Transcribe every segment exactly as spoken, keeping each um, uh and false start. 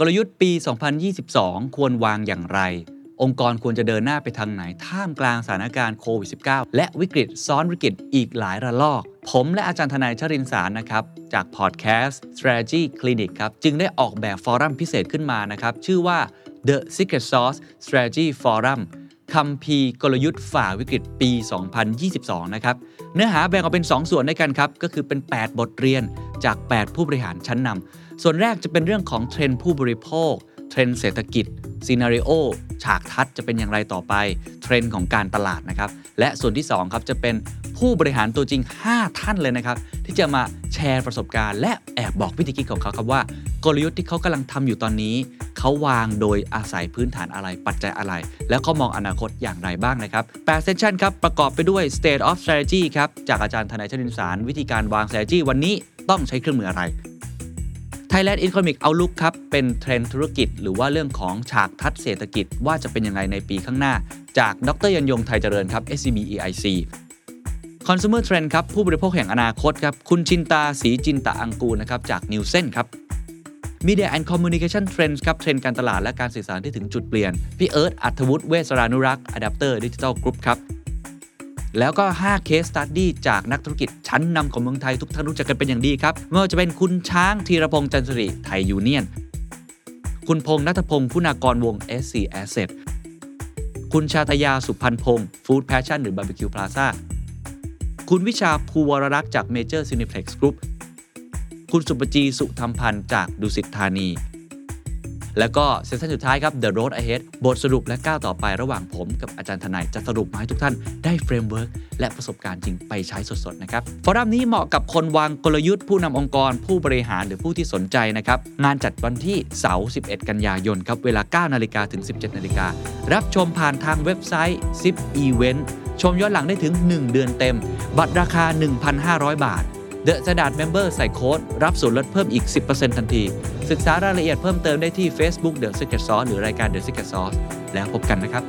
ลยุทธ์ปีสองพันยี่สิบสองควรวางอย่างไรองค์กรควรจะเดินหน้าไปทางไหนท่ามกลางสถานการณ์โควิด สิบเก้า และวิกฤตซ้อนวิกฤตอีกหลายระลอกผมและอาจารย์ทนายชรินทร์สารนะครับจากพอดแคสต์ Strategy Clinic ครับจึงได้ออกแบบฟอรัมพิเศษขึ้นมานะครับชื่อว่า The Secret Sauce Strategy Forum คัมภีร์กลยุทธ์ฝ่าวิกฤตปีสองพันยี่สิบสองนะครับเนื้อหาแบ่งออกเป็นสองส่วนด้วยกันครับก็คือเป็นแปดบทเรียนจากแปดผู้บริหารชั้นนำส่วนแรกจะเป็นเรื่องของเทรนด์ผู้บริโภคเทรนด์เศรษฐกิจซีนาริโอฉากทัศน์จะเป็นอย่างไรต่อไปเทรนด์ของการตลาดนะครับและส่วนที่สองครับจะเป็นผู้บริหารตัวจริงห้าท่านเลยนะครับที่จะมาแชร์ประสบการณ์และแอบบอกวิธีคิดของเขาครับว่ากลยุทธ์ที่เขากำลังทำอยู่ตอนนี้เขาวางโดยอาศัยพื้นฐานอะไรปัจจัยอะไรแล้วเขามองอนาคตอย่างไรบ้างนะครับแปดเซสชั่นครับประกอบไปด้วย State of Strategy ครับจากอาจารย์ทนายชรินทร์สารวิธีการวาง strategy วันนี้ต้องใช้เครื่องมืออะไร Thailand Economic Outlook ครับเป็นเทรนด์ธุรกิจหรือว่าเรื่องของฉากทัศน์เศรษฐกิจว่าจะเป็นยังไงในปีข้างหน้าจากดร.ยันยงไทยเจริญครับ เอส ซี บี อี ไอ ซี Consumer Trend ครับผู้บริโภคแห่งอนาคตครับคุณชินตาศรีจินตะอังกูลนะครับจาก Nielsen ครับ Media and Communication Trends ครับเทรนด์การตลาดและการสื่อสารที่ถึงจุดเปลี่ยนพี่เอิร์ธอัธวุฒิเวชรานุรักษ์ Adapter Digital Group ครับแล้วก็ห้า Case Study จากนักธุรกิจชั้นนำของเมืองไทยทุกท่านรู้จักกันเป็นอย่างดีครับไม่ว่าจะเป็นคุณช้างธีรพงษ์จันทร์สิริไทยยูเนียนคุณพงษ์ณัฐพงษ์คุณากรวงศ์ เอส ซี Asset คุณชาตยาสุพันพงษ์ Food Passion หรือ Barbecue Plaza คุณวิชาภูวรรักษ์จาก Major Cineplex Group คุณสุปจีสุธรรมพันธ์จากดุสิตธานีแล้วก็เซสชั่นสุดท้ายครับ The Road Ahead บทสรุปและก้าวต่อไประหว่างผมกับอาจารย์ทนายจะสรุปมาให้ทุกท่านได้เฟรมเวิร์กและประสบการณ์จริงไปใช้สดๆนะครับฟอรัมนี้เหมาะกับคนวางกลยุทธ์ผู้นำองค์กรผู้บริหารหรือผู้ที่สนใจนะครับงานจัดวันที่เสาร์สิบเอ็ดกันยายนครับเวลา เก้านาฬิกา ถึง สิบเจ็ดนาฬิการับชมผ่านทางเว็บไซต์ ซิป Event ชมย้อนหลังได้ถึงหนึ่งเดือนเต็มบัตรราคา หนึ่งพันห้าร้อย บาทThe Standard Member ใส่โค้ดรับส่วนลดเพิ่มอีก สิบเปอร์เซ็นต์ ทันทีศึกษารายละเอียดเพิ่มเติมได้ที่ Facebook The Secret Sauce หรือรายการ The Secret Sauce แล้วพบกันนะครับ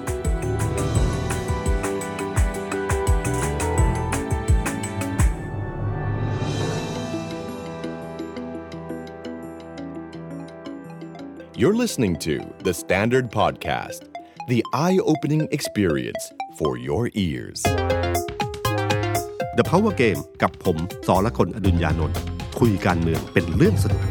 You're listening to The Standard Podcast, the eye-opening experience for your ears. The Power Game กับผมสรกล อดุลยานนท์คุยการเมืองเป็นเรื่องสนุก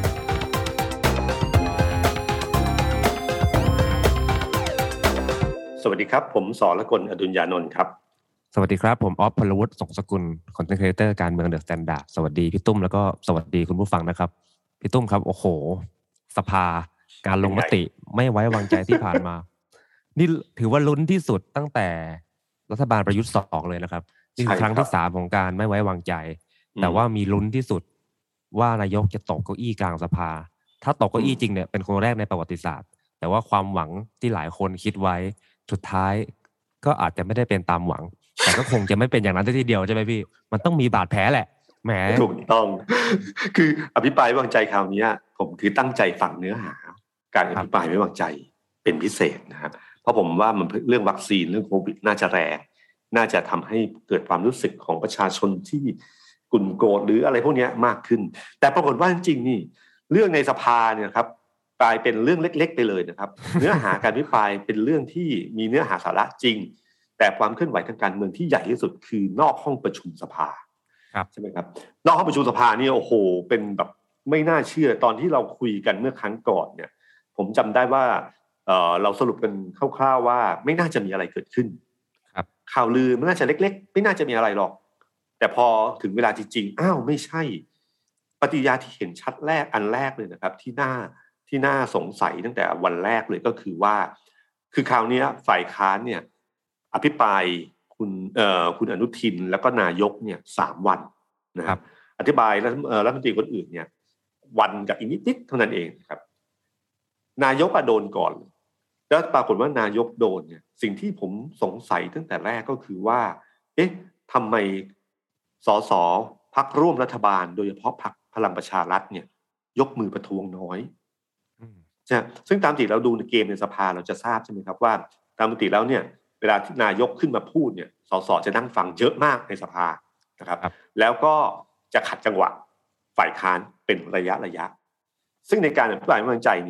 สวัสดีครับผมสรกล อดุลยานนท์ครับสวัสดีครับผมออฟพลวุฒิสงสกุลคอนเทนต์ครีเอเตอร์การเมืองเดอะสแตนดาร์ดสวัสดีพี่ตุ้มแล้วก็สวัสดีคุณผู้ฟังนะครับพี่ตุ้มครับโอ้โหสภาการลงมติไม่ไว้วางใจที่ผ่านมานี่ถือว่าลุ้นที่สุดตั้งแต่รัฐบาลประยุทธ์สองเลยนะครับนี่คือครั้งที่สามของการไม่ไว้วางใจแต่ว่ามีลุ้นที่สุดว่านายกจะตกเก้าอี้กลางสภาถ้าตกเก้าอี้จริงเนี่ยเป็นคนแรกในประวัติศาสตร์แต่ว่าความหวังที่หลายคนคิดไว้สุดท้ายก็อาจจะไม่ได้เป็นตามหวังแต่ก็คงจะไม่เป็นอย่างนั้นทีเดียวใช่ไหมพี่มันต้องมีบาดแผลแหละแหมถูกต้องคืออภิปรายไม่วางใจคราวนี้ผมคือตั้งใจฟังเนื้อหาการอภิปรายไม่วางใจเป็นพิเศษนะครับเพราะผมว่ามันเรื่องวัคซีนเรื่องโควิดน่าจะแรงน่าจะทำให้เกิดความรู้สึกของประชาชนที่กุ่นโกรธหรืออะไรพวกนี้มากขึ้นแต่ปรากฏว่าจริงๆนี่เรื่องในสภาเนี่ยครับกลายเป็นเรื่องเล็กๆไปเลยนะครับ เนื้อหาการอภิปรายเป็นเรื่องที่มีเนื้อหาสาระจริงแต่ความเคลื่อนไหวทางการเมืองที่ใหญ่ที่สุดคือนอกห้องประชุมสภาใช่ไหมครับนอกห้องประชุมสภานี่โอ้โหเป็นแบบไม่น่าเชื่อตอนที่เราคุยกันเมื่อครั้งก่อนเนี่ยผมจำได้ว่า เอ่อ เราสรุปกันคร่าวๆว่าไม่น่าจะมีอะไรเกิดขึ้นครับข่าวลือมันน่าจะเล็กๆไม่น่าจะมีอะไรหรอกแต่พอถึงเวลาจริงๆอ้าวไม่ใช่ปฏิกิริยาที่เห็นชัดแรกอันแรกเลยนะครับที่น่าที่น่าสงสัยตั้งแต่วันแรกเลยก็คือว่าคือคราวนี้ฝ่ายค้านเนี่ยอภิปรายคุณเอ่อคุณอนุทินแล้วก็นายกเนี่ยสามวันนะครับอธิบายแล้วเอ่อรัฐมนตรีคนอื่นเนี่ยวันกับอีกนิดๆเท่านั้นเองครับนายกอะโดนก่อนแล้วปรากฏว่านายกโดนเนี่ยสิ่งที่ผมสงสัยตั้งแต่แรกก็คือว่าเอ๊ะทำไมสสพรรคร่วมรัฐบาลโดยเฉพาะพรรคพลังประชารัฐเนี่ยยกมือประท้วงน้อยใช่ซึ่งตามปกติเราดูในเกมในสภาเราจะทราบใช่ไหมครับว่าตามปกติแล้วเนี่ยเวลาที่นายกขึ้นมาพูดเนี่ยสสจะนั่งฟังเยอะมากในสภานะครับแล้วก็จะขัดจังหวะฝ่ายค้านเป็นระยะระยะซึ่งในการอภิปรายไม่ไว้วางใจเนี่ย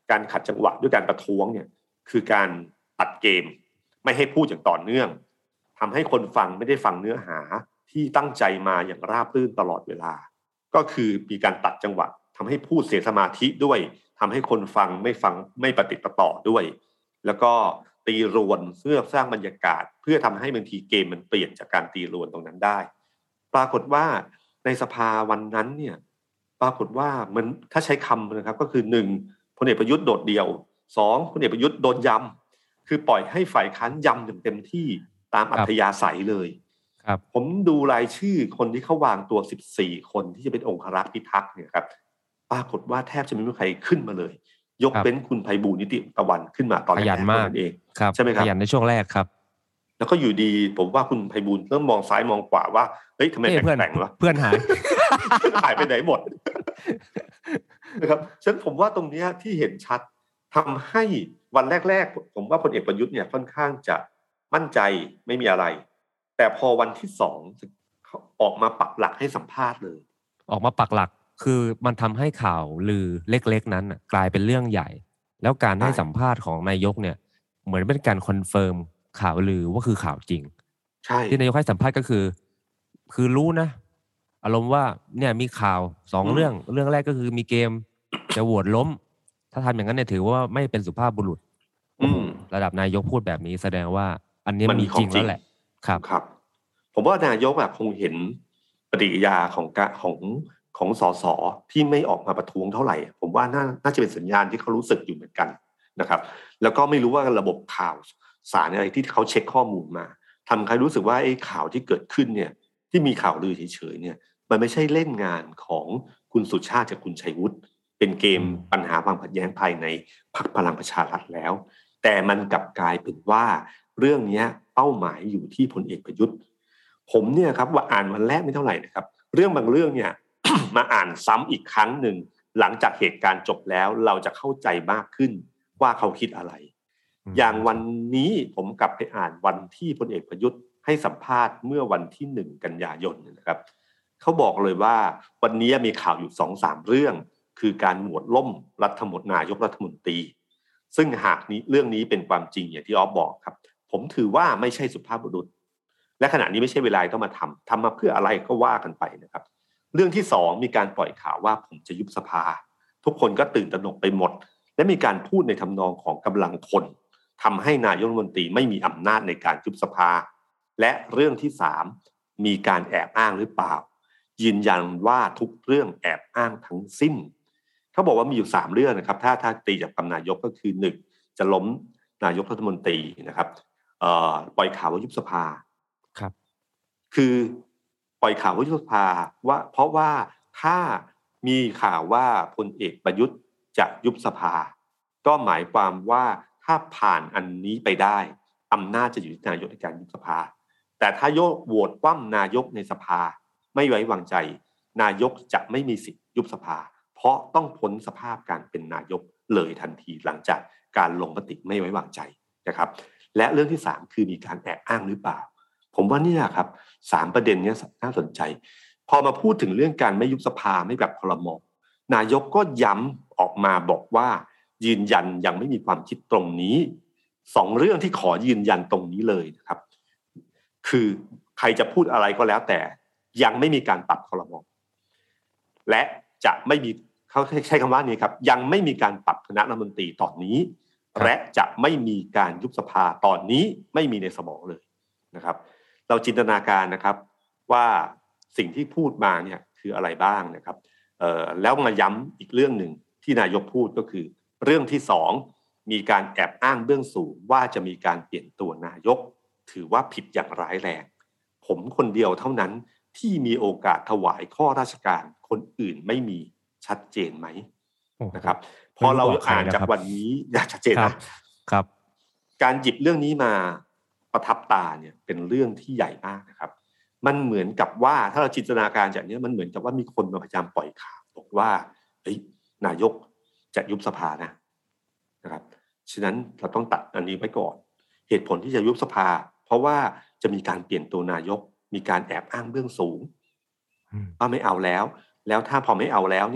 การขัดจังหวะด้วยการประท้วงเนี่ยคือการตัดเกมไม่ให้พูดอย่างต่อเนื่องทำให้คนฟังไม่ได้ฟังเนื้อหาที่ตั้งใจมาอย่างราบรื่นตลอดเวลาก็คือมีการตัดจังหวะทำให้พูดเสียสมาธิด้วยทำให้คนฟังไม่ฟังไม่ปฏิปต่อด้วยแล้วก็ตีรวนเพื่อสร้างบรรยากาศเพื่อทำให้บางทีเกมมันเปลี่ยนจากการตีรวนตรงนั้นได้ปรากฏว่าในสภาวันนั้นเนี่ยปรากฏว่ามันถ้าใช้คำนะครับก็คือหนึ่งพลเอกประยุทธ์โดดเดี่ยวสองพลเอกประยุทธ์โดนยำคือปล่อยให้ฝ่ายค้านยำอย่างเต็มที่ตามอัธยาศัยเลยครับผมดูรายชื่อคนที่เขาวางตัวสิบสี่คนที่จะเป็นองครักษ์พิทักษ์เนี่ยครับปรากฏว่าแทบจะไม่มีใครขึ้นมาเลยยกเว้นคุณไพบูลย์นิติตะวันขึ้นมาตอนแรกนั่นเองใช่ไหมครับขยันในช่วงแรกครับแล้วก็อยู่ดีผมว่าคุณไพบูลย์เริ่มมองซ้ายมองขวาว่าเฮ้ยทำไมแปลกๆวะเพื่อนหายหายไปไหนหมดนะครับฉะนั้นผมว่าตรงนี้ที่เห็นชัดทำให้วันแรกๆผมว่าพลเอกประยุทธ์เนี่ยค่อนข้างจะมั่นใจไม่มีอะไรแต่พอวันที่สองออกมาปักหลักให้สัมภาษณ์เลยออกมาปักหลักคือมันทำให้ข่าวลือเล็กๆนั้นกลายเป็นเรื่องใหญ่แล้วการให้สัมภาษณ์ของนายกเนี่ยเหมือนเป็นการคอนเฟิร์มข่าวลือว่าคือข่าวจริงใช่ที่นายกให้สัมภาษณ์ก็คือคือรู้นะอารมณ์ว่าเนี่ยมีข่าวสองเรื่องเรื่องแรกก็คือมีเกมจะโหวตล้มถ้าทำอย่างนั้นเนี่ยถือว่าไม่เป็นสุภาพบุรุษระดับนายกพูดแบบนี้แสดงว่าอันนี้มีจริงแล้วแหละครับครับผมว่านายกแบบคงเห็นปฏิกิริยาของของของสสที่ไม่ออกมาประท้วงเท่าไหร่ผมว่าน่าน่าจะเป็นสัญญาณที่เขารู้สึกอยู่เหมือนกันนะครับแล้วก็ไม่รู้ว่าระบบข่าวสารอะไรที่เขาเช็คข้อมูลมาทำใครรู้สึกว่าไอ้ข่าวที่เกิดขึ้นเนี่ยที่มีข่าวลือเฉยๆเนี่ยมันไม่ใช่เล่นงานของคุณสุชาติกับคุณชัยวุฒิเป็นเกมปัญหาความขัดแย้งภายในพรรคพลังประชารัฐแล้วแต่มันกลับกลายเป็นว่าเรื่องนี้เป้าหมายอยู่ที่พลเอกประยุทธ์ผมเนี่ยครับว่าอ่านวันแรกไม่เท่าไหร่นะครับเรื่องบางเรื่องเนี่ย มาอ่านซ้ำอีกครั้งหนึ่งหลังจากเหตุการณ์จบแล้วเราจะเข้าใจมากขึ้นว่าเขาคิดอะไรอย่างวันนี้ผมกลับไปอ่านวันที่พลเอกประยุทธ์ให้สัมภาษณ์เมื่อวันที่หนึ่งกันยายนนะครับเขาบอกเลยว่าวันนี้มีข่าวอยู่ สองสาม เรื่องคือการโหวตล้มรัฐมนตรีนายกรัฐมนตรีซึ่งหากนี้เรื่องนี้เป็นความจริงอย่างที่อ๊อฟบอกครับผมถือว่าไม่ใช่สุภาพบุรุษและขณะนี้ไม่ใช่เวลาต้องมาทำทำมาเพื่ออะไรก็ว่ากันไปนะครับเรื่องที่สองมีการปล่อยข่าวว่าผมจะยุบสภาทุกคนก็ตื่นตระหนกไปหมดและมีการพูดในทำนองของกำลังคนทำให้นายกรัฐมนตรีไม่มีอำนาจในการยุบสภาและเรื่องที่สามมีการแอบอ้างหรือเปล่ายืนยันว่าทุกเรื่องแอบอ้างทั้งสิ้นเขาบอกว่ามีอยู่สามเรื่องนะครับถ้าถ้าตีจากคำนายกก็คือหนึ่งจะล้มนายกรัฐมนตรีนะครับเอ่อปล่อยข่าวว่ายุบสภาครับคือปล่อยข่าวว่ายุบสภาว่าเพราะว่าถ้ามีข่าวว่าพลเอกประยุทธ์จะยุบสภาก็หมายความว่าถ้าผ่านอันนี้ไปได้อำนาจจะอยู่ที่นายกในการยุบสภาแต่ถ้าโยกโหวตคว่ำนายกในสภาไม่ไว้วางใจนายกจะไม่มีสิทธิ์ยุบสภาเพราะต้องพ้นสภาพการเป็นนายกเลยทันทีหลังจากการลงมติไม่ไว้วางใจนะครับและเรื่องที่สามคือมีการแอบอ้างหรือเปล่าผมว่านี่ครับสามประเด็นนี้น่าสนใจพอมาพูดถึงเรื่องการไม่ยุบสภาไม่แบบครม.นายกก็ย้ำออกมาบอกว่ายืนยันยังไม่มีความคิดตรงนี้สองเรื่องที่ขอยืนยันตรงนี้เลยนะครับคือใครจะพูดอะไรก็แล้วแต่ยังไม่มีการปรับครม.และจะไม่มีเขาใช้คำว่านี้ครับยังไม่มีการปรับคณะรัฐมนตรีตอนนี้และจะไม่มีการยุบสภาตอนนี้ไม่มีในสมองเลยนะครับเราจินตนาการนะครับว่าสิ่งที่พูดมาเนี่ยคืออะไรบ้างนะครับเอ่อแล้วมาย้ำอีกเรื่องหนึ่งที่นายกพูดก็คือเรื่องที่สองมีการแอบอ้างเบื้องสูงว่าจะมีการเปลี่ยนตัวนายกถือว่าผิดอย่างร้ายแรงผมคนเดียวเท่านั้นที่มีโอกาสถวายข้อราชการคนอื่นไม่มีชัดเจนไหมนะครับพอเราอ่านจากวันนี้อยากชัดเจนนะครับการหยิบเรื่องนี้มาประทับตาเนี่ยเป็นเรื่องที่ใหญ่มากนะครับมันเหมือนกับว่าถ้าเราจินตนาการจากนี้มันเหมือนกับว่ามีคนมาพยายามปล่อยข่าวบอกว่าเฮ้ยนายกจะยุบสภานะนะครับฉะนั้นเราต้องตัดอันนี้ไว้ก่อนเหตุผลที่จะยุบสภาเพราะว่าจะมีการเปลี่ยนตัวนายกมีการแอบอ้างเบื้องสูงว่าไม่เอาแล้วแล้วถ้าพอไม่เอาแล้วเนี่ย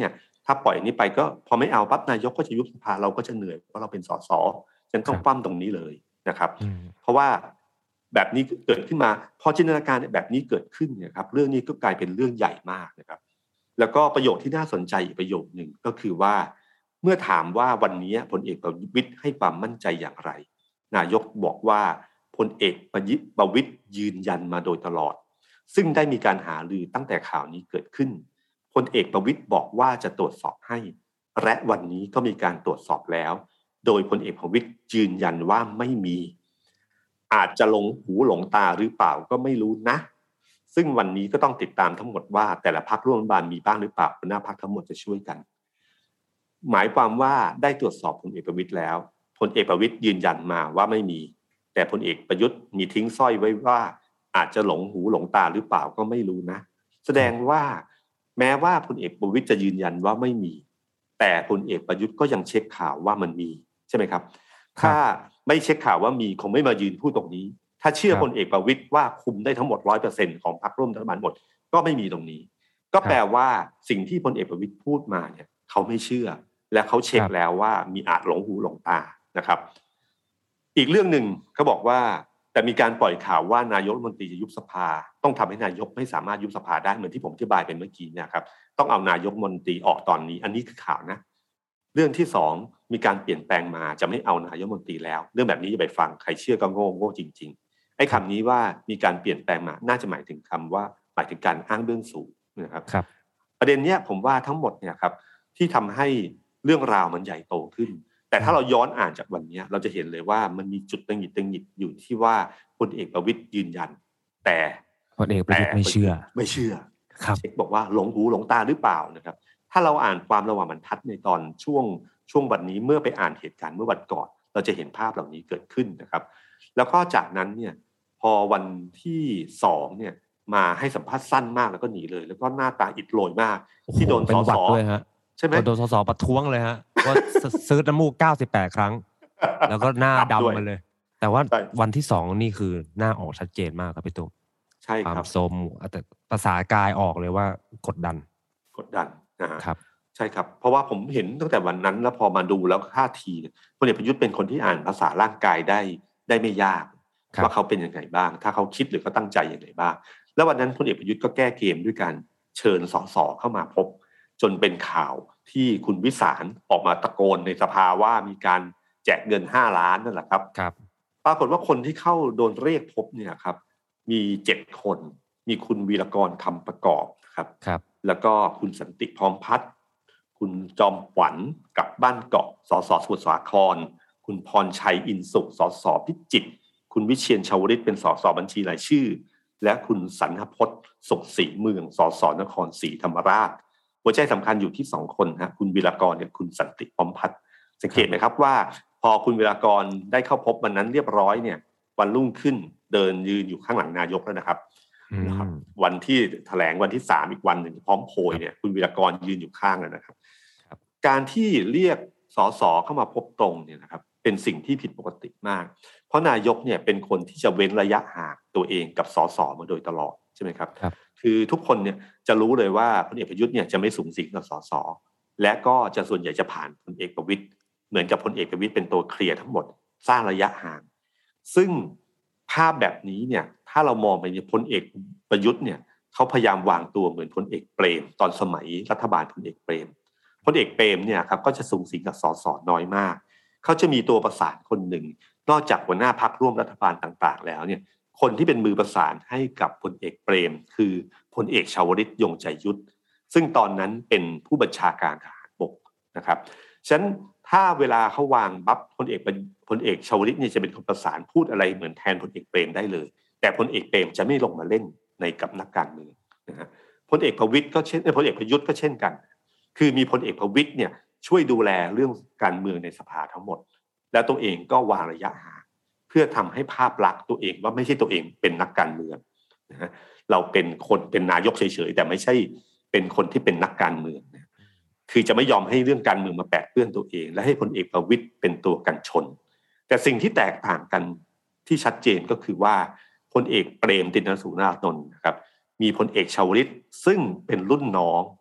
ถ้าปล่อยนี้ไปก็พอไม่เอาปั๊บนายกก็จะยุบสภาเราก็จะเหนื่อยเพราะเราเป็นสสฉันต้องปั้มตรงนี้เลยนะครับเพราะว่าแบบนี้เกิดขึ้นมาพอจินตนาการแบบนี้เกิดขึ้นเนี่ยครับเรื่องนี้ก็กลายเป็นเรื่องใหญ่มากนะครับแล้วก็ประโยคที่น่าสนใจอีกประโยคนึงก็คือว่าเมื่อถามว่าวันนี้พลเอกประวิตรให้ความมั่นใจอย่างไรนายกบอกว่าพลเอกประวิตรยืนยันมาโดยตลอดซึ่งได้มีการหารือตั้งแต่ข่าวนี้เกิดขึ้นพลเอกประวิตรบอกว่าจะตรวจสอบให้และวันนี้ก็มีการตรวจสอบแล้วโดยพลเอกประวิตรยืนยันว่าไม่มีอาจจะหลงหูหลงตาหรือเปล่าก็ไม่รู้นะซึ่งวันนี้ก็ต้องติดตามทั้งหมดว่าแต่ละพรรคร่วมรัฐบาลมีบ้างหรือเปล่าหัวหน้าพรรคทั้งหมดจะช่วยกันหมายความว่าได้ตรวจสอบพลเอกประวิตรแล้วพลเอกประวิตรยืนยันมาว่าไม่มีแต่พลเอกประยุทธ์มีทิ้งสร้อยไว้ว่าอาจจะหลงหูหลงตาหรือเปล่าก็ไม่รู้นะแสดงว่าแม้ว่าพลเอกประวิตรจะยืนยันว่าไม่มีแต่พลเอกประยุทธ์ก็ยังเช็คข่าวว่ามันมีใช่ไหมครับถ้าไม่เช็คข่าวว่ามีคงไม่มายืนพูดตรงนี้ถ้าเชื่อพลเอกประวิตรว่าคุมได้ทั้งหมด ร้อยเปอร์เซ็นต์ ของพรรคร่วมรัฐบาลหมดก็ไม่มีตรงนี้ก็แปลว่าสิ่งที่พลเอกประวิตรพูดมาเนี่ยเขาไม่เชื่อและเขาเช็คแล้วว่ามีอาจหลงหูหลงตานะครับอีกเรื่องนึงเขาบอกว่าแต่มีการปล่อยข่าวว่านายกรัฐมนตรีจะยุบสภาต้องทำให้นายกไม่สามารถยุบสภาได้เหมือนที่ผมอธิบายไปเมื่อกี้เนี่ยครับต้องเอานายกรัฐมนตรีออกตอนนี้อันนี้คือข่าวนะเรื่องที่สองมีการเปลี่ยนแปลงมาจะไม่เอานายกรัฐมนตรีแล้วเรื่องแบบนี้อย่าไปฟังใครเชื่อก็โง่โง่จริงๆไอ้คำนี้ว่ามีการเปลี่ยนแปลงมาน่าจะหมายถึงคำว่าหมายถึงการอ้างเบื้องสูงนะครับประเด็นเนี้ยผมว่าทั้งหมดเนี่ยครับที่ทำให้เรื่องราวมันใหญ่โตขึ้นแต่ถ้าเราย้อนอ่านจากวันนี้เราจะเห็นเลยว่ามันมีจุดตังหงิดตังหงิดอยู่ที่ว่าพลเอกประวิตรยืนยันแต่พลเอกประวิตรไม่เชื่อไม่เชื่อครับเช็คบอกว่าหลงหูหลงตาหรือเปล่านะครับถ้าเราอ่านความระหว่างบรรทัดในตอนช่วงช่วงวันนี้เมื่อไปอ่านเหตุการณ์เมื่อวันก่อนเราจะเห็นภาพเหล่านี้เกิดขึ้นนะครับแล้วก็จากนั้นเนี่ยพอวันที่สองเนี่ยมาให้สัมภาษณ์สั้นมากแล้วก็หนีเลยแล้วก็หน้าตาอิดโรยมากที่โดนสสด้วยฮะใช่ไหมโดนสสประท้วงเลยฮะว่าซื้อน้ำมูกเก้าสิบแปดครั้งแล้วก็หน้าดำมาเลยแต่ว่าวันที่สองนี่คือหน้าออกชัดเจนมากครับพี่ตุ้มใช่ครับโซมแต่ภาษากายออกเลยว่ากดดันกดดันนะครับใช่ครับเพราะว่าผมเห็นตั้งแต่วันนั้นแล้วพอมาดูแล้วท่าทีพลเอกประยุทธ์เป็นคนที่อ่านภาษาร่างกายได้ได้ไม่ยากว่าเขาเป็นยังไงบ้างถ้าเขาคิดหรือเขาตั้งใจยังไงบ้างแล้ววันนั้นพลเอกประยุทธ์ก็แก้เกมด้วยการเชิญสสเข้ามาพบจนเป็นข่าวที่คุณวิสารออกมาตะโกนในสภาว่ามีการแจกเงินห้าล้านนั่นแหละครับครับปรากฏว่าคนที่เข้าโดนเรียกพบเนี่ยครับมีเจ็ดคนมีคุณวีรกรคำประกอบครับครับแล้วก็คุณสันติพร้อมพัฒน์คุณจอมขวัญกับบ้านเกาะสสสมุทรสาครคุณพรชัยอินสุขสสพิจิตรคุณวิเชียรชวลิตเป็นสสบัญชีรายชื่อและคุณสันทพจน์สุขศรีเมืองสสนครศรีธรรมราชหัวใจสำคัญอยู่ที่สองคนฮะคุณวีรกรกับคุณสันติพร้อมพัฒน์สังเกตไหมครับว่าพอคุณวีรกรได้เข้าพบวันนั้นเรียบร้อยเนี่ยวันรุ่งขึ้นเดินยืนอยู่ข้างหลังนายกแล้วนะครับวันที่แถลงวันที่สามอีกวันหนึ่งพร้อมโพยเนี่ยคุณวีรกรยืนอยู่ข้างแล้วนะครับการที่เรียกสสเข้ามาพบตรงเนี่ยนะครับเป็นสิ่งที่ผิดปกติมากเพราะนายกเนี่ยเป็นคนที่จะเว้นระยะห่างตัวเองกับสสมาโดยตลอดใช่ไหมครับคือทุกคนเนี่ยจะรู้เลยว่าพลเอกประยุทธ์เนี่ยจะไม่สูงสิงกับสสและก็จะส่วนใหญ่จะผ่านพลเอกประวิตรเหมือนกับพลเอกประวิตรเป็นตัวเคลียร์ทั้งหมดสร้างระยะห่างซึ่งภาพแบบนี้เนี่ยถ้าเรามองไปในพลเอกประยุทธ์เนี่ยเขาพยายามวางตัวเหมือนพลเอกเปรมตอนสมัยรัฐบาลพลเอกเปรมพลเอกเปรมเนี่ยครับก็จะสูงสิงกับสสน้อยมากเขาจะมีตัวประสานคนหนึ่งนอกจากหัวหน้าพรรคร่วมรัฐบาลต่างๆแล้วเนี่ยคนที่เป็นมือประสานให้กับพลเอกเปรมคือพลเอกชวลิตยงใจยุทธซึ่งตอนนั้นเป็นผู้บัญชาการทหารบกนะครับฉะนั้นถ้าเวลาเขาวางบัฟพลเอกพลเอกชวลิตเนี่ยจะเป็นคนประสานพูดอะไรเหมือนแทนพลเอกเปรมได้เลยแต่พลเอกเปรมจะไม่ลงมาเล่นในกับนักการเมืองนะฮะพลเอกประวิตรก็เช่นพลเอกประยุทธ์ก็เช่นกันคือมีพลเอกประวิตรเนี่ยช่วยดูแลเรื่องการเมืองในสภาทั้งหมดแล้วตัวเองก็วางระยะห่างเพื่อทำให้ภาพลักษณ์ตัวเองว่าไม่ใช่ตัวเองเป็นนักการเมืองนะฮะเราเป็นคนเป็นนายกเฉยๆแต่ไม่ใช่เป็นคนที่เป็นนักการเมืองนะคือจะไม่ยอมให้เรื่องการเมืองมาแปะเปื้อนตัวเองและให้พลเอกประวิตรเป็นตัวกันชนแต่สิ่งที่แตกต่างกันที่ชัดเจนก็คือว่าพลเอกเปรมติณสุรานนท์นะครับมีพลเอกชวลิตซึ่งเป็นรุ่นน้อง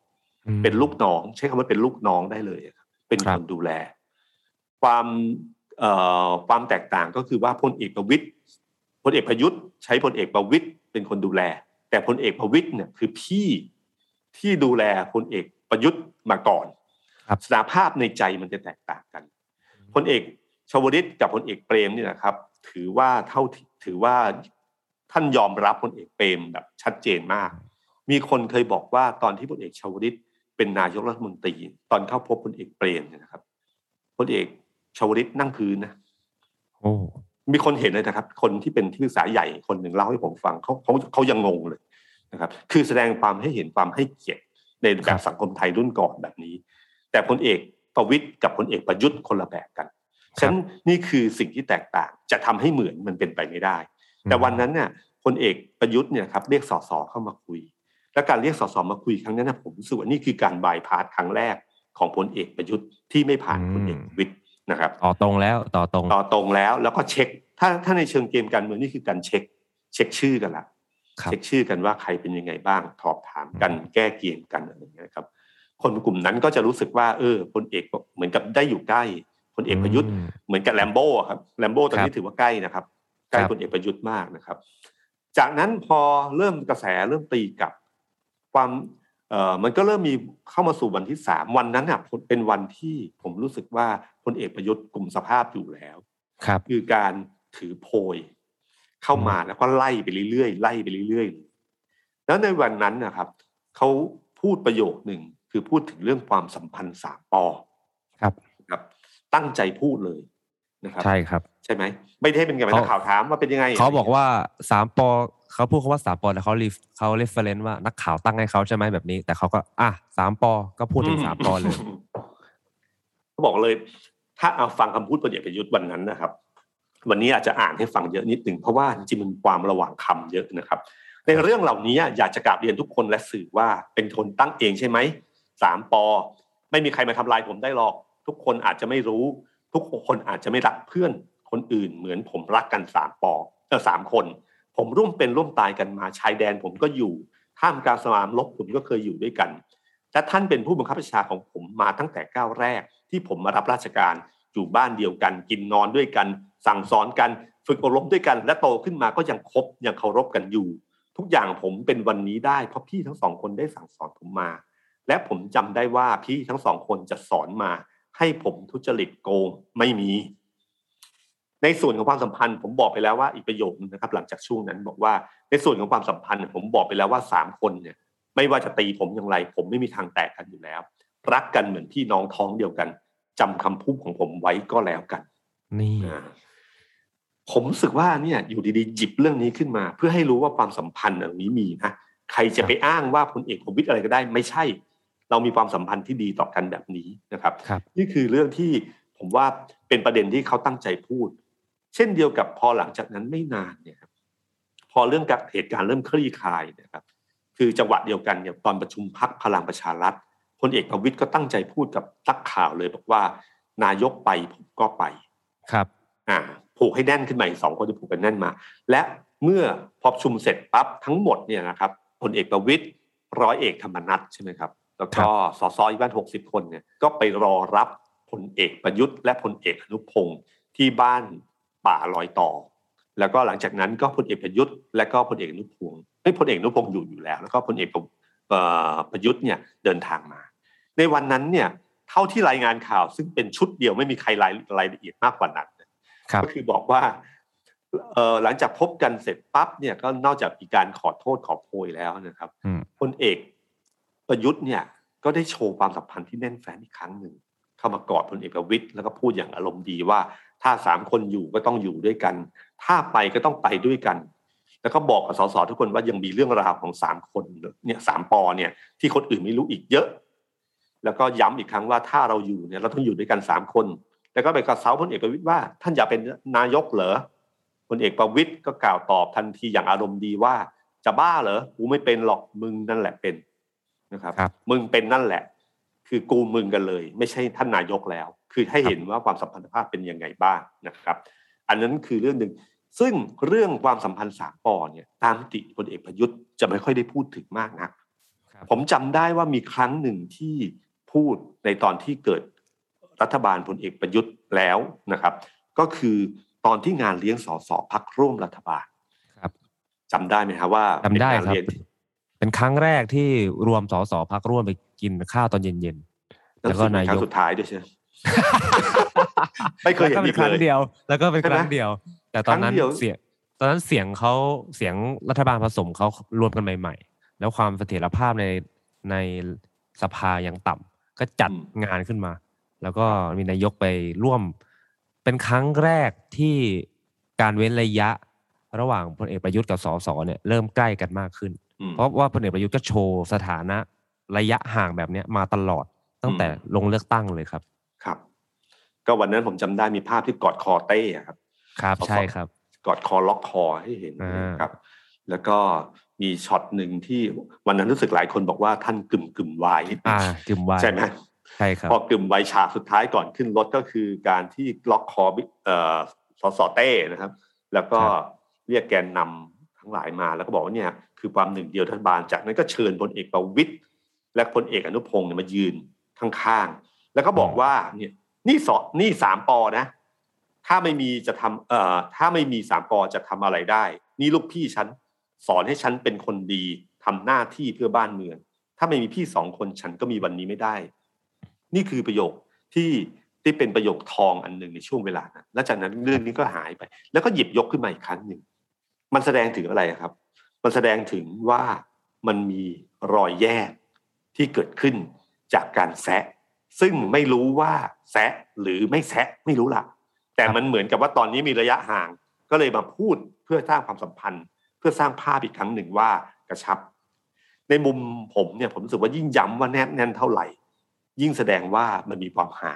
เป็นลูกน้องใช้คำว่าเป็นลูกน้องได้เลยเป็นคนดูแลความเอ่อความแตกต่างก็คือว่าพลเอกประวิตรพลเอกประยุทธ์ใช้พลเอกประวิตรเป็นคนดูแลแต่พลเอกประวิตรเนี่ยคือพี่ที่ดูแลพลเอกประยุทธ์มาก่อนสถานภาพในใจมันจะแตกต่างกันพลเอกชวลิตกับพลเอกเปรมนี่นะครับถือว่าเท่าถือว่าท่านยอมรับพลเอกเปรมแบบชัดเจนมากมีคนเคยบอกว่าตอนที่พลเอกชวลิตเป็นนายกรัฐมนตรีตอนเข้าพบพลเอกเปรมเนี่ยนะครับพลเอกชวลิตนั่งพื้นนะโอ้มีคนเห็นเลยนะครับคนที่เป็นที่ปรึกษาใหญ่คนหนึ่งเล่าให้ผมฟังเขาเขาเขายังงงเลยนะครับคือแสดงความให้เห็นความให้เกียรติในแบบสังคมไทยรุ่นก่อนแบบนี้แต่พลเอกประวิตรกับพลเอกประยุทธ์คนละแบบกันฉะนั้นนี่คือสิ่งที่แตกต่างจะทำให้เหมือนมันเป็นไปไม่ได้แต่วันนั้นเนี่ยพลเอกประยุทธ์เนี่ยครับเรียกสสเข้ามาคุยและการเรียกสสมาคุยครั้งนั้นนะผมรู้สึกว่านี่คือการบายพาสครั้งแรกของพลเอกประยุทธ์ที่ไม่ผ่านพลเอกประวิตรนะครับต่อตรงแล้วต่อตรงต่อตรงแล้วแล้วก็เช็คถ้าถ้าในเชิงเกมการเมืองนี่คือการเช็คเช็คชื่อกันละเช็คชื่อกันว่าใครเป็นยังไงบ้างสอบถามกันแก้เกมกันอะไรอย่างเงี้ยครับคนกลุ่มนั้นก็จะรู้สึกว่าเออพลเอกเหมือนกับได้อยู่ใกล้พลเอกประยุทธ์เหมือนกับแลมโบ้ครับแลมโบ้ตอนนี้ถือว่าใกล้นะครับใกล้พลเอกประยุทธ์มากนะครับจากนั้นพอเริ่มกระแสเริ่มตีกลับความเอ่อมันก็เริ่มมีเข้ามาสู่วันที่สามวันนั้นน่ะเป็นวันที่ผมรู้สึกว่าพลเอกประยุทธ์กลุ่มสภาพอยู่แล้วครับคือการถือโพยเข้ามาแล้วก็ไล่ไปเรื่อยๆไล่ไปเรื่อยๆแล้วในวันนั้นนะครับเขาพูดประโยคนึงคือพูดถึงเรื่องความสัมพันธ์สามป. ครับครับตั้งใจพูดเลยนะครับใช่ครับใช่ไหมไม่ได้เป็นการนักข่าวถามว่าเป็นยังไงเขาบอกว่าสามป.เขาพูดคำว่าสามป.แล้วเขารีเขาเรฟเฟอเรนซ์ว่านักข่าวตั้งให้เขาใช่ไหมแบบนี้แต่เขาก็อ่ะสามป.ก็พูดถึงสามป.เลยเขาบอกเลยถ้าเอาฟังคำพูดพลเอกประยุทธ์วันนั้นนะครับวันนี้อาจจะอ่านให้ฟังเยอะนิดนึงเพราะว่าจริงๆมันความระหว่างคำเยอะนะครับในเรื่องเหล่านี้อยากจะกราบเรียนทุกคนและสื่อว่าเป็นคนตั้งเองใช่ไหมสามป.ไม่มีใครมาทำลายผมได้หรอกทุกคนอาจจะไม่รู้ทุกคนอาจจะไม่รักเพื่อนคนอื่นเหมือนผมรักกันสามป.เออสามคนผมร่วมเป็นร่วมตายกันมาชายแดนผมก็อยู่ท่ามกลางสนามรบผมก็เคยอยู่ด้วยกันและท่านเป็นผู้บังคับบัญชาของผมมาตั้งแต่ก้าวแรกที่ผมมารับราชการอยู่บ้านเดียวกันกินนอนด้วยกันสั่งสอนกันฝึกอบรมด้วยกันและโตขึ้นมาก็ยังคบยังเคารพกันอยู่ทุกอย่างผมเป็นวันนี้ได้เพราะพี่ทั้งสองคนได้สั่งสอนผมมาและผมจำได้ว่าพี่ทั้งสองคนจะสอนมาให้ผมทุจริตโกงไม่มีในส่วนของความสัมพันธ์ผมบอกไปแล้วว่าอีกประโยคนึงนะครับหลังจากช่วงนั้นบอกว่าในส่วนของความสัมพันธ์ผมบอกไปแล้วว่าสามคนเนี่ยไม่ว่าจะตีผมอย่างไรผมไม่มีทางแตกกันอยู่แล้วรักกันเหมือนพี่น้องท้องเดียวกันจำคำพูดของผมไว้ก็แล้วกันนี่ผมรู้สึกว่าเนี่ยอยู่ดีๆหยิบเรื่องนี้ขึ้นมาเพื่อให้รู้ว่าความสัมพันธ์อันนี้มีนะใครจะไปอ้างว่าพลเอกประวิตรอะไรก็ได้ไม่ใช่เรามีความสัมพันธ์ที่ดีต่อกันแบบนี้นะครับนี่คือเรื่องที่ผมว่าเป็นประเด็นที่เขาตั้งใจพูดเช่นเดียวกับพอหลังจากนั้นไม่นานเนี่ยครับพอเรื่องกับเหตุการณ์เริ่มคลี่คลายนะครับคือจังหวะเดียวกันเนี่ยตอนประชุมพรรคพลังประชารัฐพลเอกประวิตรก็ตั้งใจพูดกับนักข่าวเลยบอกว่านายกไปผมก็ไปครับอ่าผูกให้แน่นขึ้นมาอีกสองคนที่ผูกกันแน่นมาและเมื่อพอประชุมเสร็จปั๊บทั้งหมดเนี่ยนะครับพลเอกประวิตรร้อยเอกธรรมนัสใช่ไหมครับแล้วก็สสอีกบ้านหกสิบคนเนี่ยก็ไปรอรับพลเอกประยุทธ์และพลเอกอนุพงศ์ที่บ้านป่าลอยต่อแล้วก็หลังจากนั้นก็พลเอกประยุทธ์และก็พลเอกอนุพงศ์ไม่พลเอกอนุพงศ์อยู่อยู่แล้วแล้วก็พลเอกประยุทธ์เนี่ยเดินทางมาในวันนั้นเนี่ยเท่าที่รายงานข่าวซึ่งเป็นชุดเดียวไม่มีใครรายรายละเอียดมากกว่านั้นก็คือบอกว่าเอ่อหลังจากพบกันเสร็จปั๊บเนี่ยก็นอกจากมีการขอโทษขอโพยแล้วนะครับพลเอกประยุทธ์เนี่ยก็ได้โชว์ความสัมพันธ์ที่แน่นแฟ้นอีกครั้งหนึ่งเข้ามากอดพลเอกประวิตรแล้วก็พูดอย่างอารมณ์ดีว่าถ้าสามคนอยู่ก็ต้องอยู่ด้วยกันถ้าไปก็ต้องไปด้วยกันแล้วก็บอกกับสสทุกคนว่ายังมีเรื่องราวของสามคนเนี่ยสามป.เนี่ยที่คนอื่นไม่รู้อีกเยอะแล้วก็ย้ำอีกครั้งว่าถ้าเราอยู่เนี่ยเราต้องอยู่ด้วยกันสามคนแล้วก็ไปกระเซ้าพลเอกประวิตรว่าท่านอยากเป็นนายกเหรอพลเอกประวิตรก็กล่าวตอบทันทีอย่างอารมณ์ดีว่าจะบ้าเหรอกูไม่เป็นหรอกมึงนั่นแหละเป็นนะครับมึงเป็นนั่นแหละคือกูมึงกันเลยไม่ใช่ท่านนายกแล้วคือให้เห็นว่าความสัมพันธภาพเป็นยังไงบ้างนะครับอันนั้นคือเรื่องนึงซึ่งเรื่องความสัมพันธ์สามป.เนี่ยตามมติพลเอกประยุทธ์จะไม่ค่อยได้พูดถึงมากนักผมจำได้ว่ามีครั้งหนึ่งที่พูดในตอนที่เกิดรัฐบาลพลเอกประยุทธ์แล้วนะครับก็คือตอนที่งานเลี้ยงสสพรรคร่วมรัฐบาลครับจำได้ไหมครับว่าจำได้ครับเป็นครั้งแรกที่รวมสสพรรคร่วมไปกินข้าวตอนเย็นๆแล้วก็นายกสุดท้ายด้วยใช่ไหมไม่เคยเห็นมีครั้งเดียวแล้วก็เป็นครั้งเดียวแต่ตอนนั้นเสียงตอนนั้นเสียงเขาเสียงรัฐบาลผสมเขารวมกันใหม่ๆแล้วความเสถียรภาพในในสภายังต่ำก็จัดงานขึ้นมาแล้วก็มีนายกไปร่วมเป็นครั้งแรกที่การเว้นระยะระหว่างพลเอกประยุทธ์กับสสเนี่ยเริ่มใกล้กันมากขึ้นเพราะว่าพลเอกประยุทธ์ก็โชว์สถานะระยะห่างแบบนี้มาตลอดตั้งแต่ลงเลือกตั้งเลยครับครับก็วันนั้นผมจำได้มีภาพที่กอดคอเต้ครับครับใช่ครับกอดคอล็อกคอให้เห็นครับแล้วก็มีช็อตหนึ่งที่วันนั้นรู้สึกหลายคนบอกว่าท่านกึ่มกึ่มวายนิดนึงกึ่มวายใช่ไหมใช่ครับพอกึ่มวายฉากสุดท้ายก่อนขึ้นรถก็คือการที่ล็อกคอเอ่อสสเต้นะครับแล้วก็เรียกแกนนำทั้งหลายมาแล้วก็บอกว่าเนี่ยคือความหนึ่งเดียวรัฐบาลจากนั้นก็เชิญพลเอกประวิตรและพลเอกอนุพงศ์เนี่ยมายืนข้างๆแล้วก็บอกว่าเนี่ยนี่สอนี่สามปอนะถ้าไม่มีจะทำเอ่อถ้าไม่มีสามปอจะทำอะไรได้นี่ลูกพี่ฉันสอนให้ฉันเป็นคนดีทำหน้าที่เพื่อบ้านเมืองถ้าไม่มีพี่สองคนฉันก็มีวันนี้ไม่ได้นี่คือประโยคที่ที่เป็นประโยคทองอันหนึ่งในช่วงเวลานั้นและจากนั้นเรื่องนี้ก็หายไปแล้วก็หยิบยกขึ้นมาอีกครั้งหนึ่งมันแสดงถึงอะไรครับมันแสดงถึงว่ามันมีรอยแยกที่เกิดขึ้นจากการแซะซึ่งไม่รู้ว่าแซะหรือไม่แซะไม่รู้ละแต่มันเหมือนกับว่าตอนนี้มีระยะห่างก็เลยมาพูดเพื่อสร้างความสัมพันธ์เพื่อสร้างภาพอีกครั้งหนึ่งว่ากระชับในมุมผมเนี่ยผมรู้สึกว่ายิ่งย้ำว่าแนบแน่นเท่าไหร่ยิ่งแสดงว่ามันมีความห่าง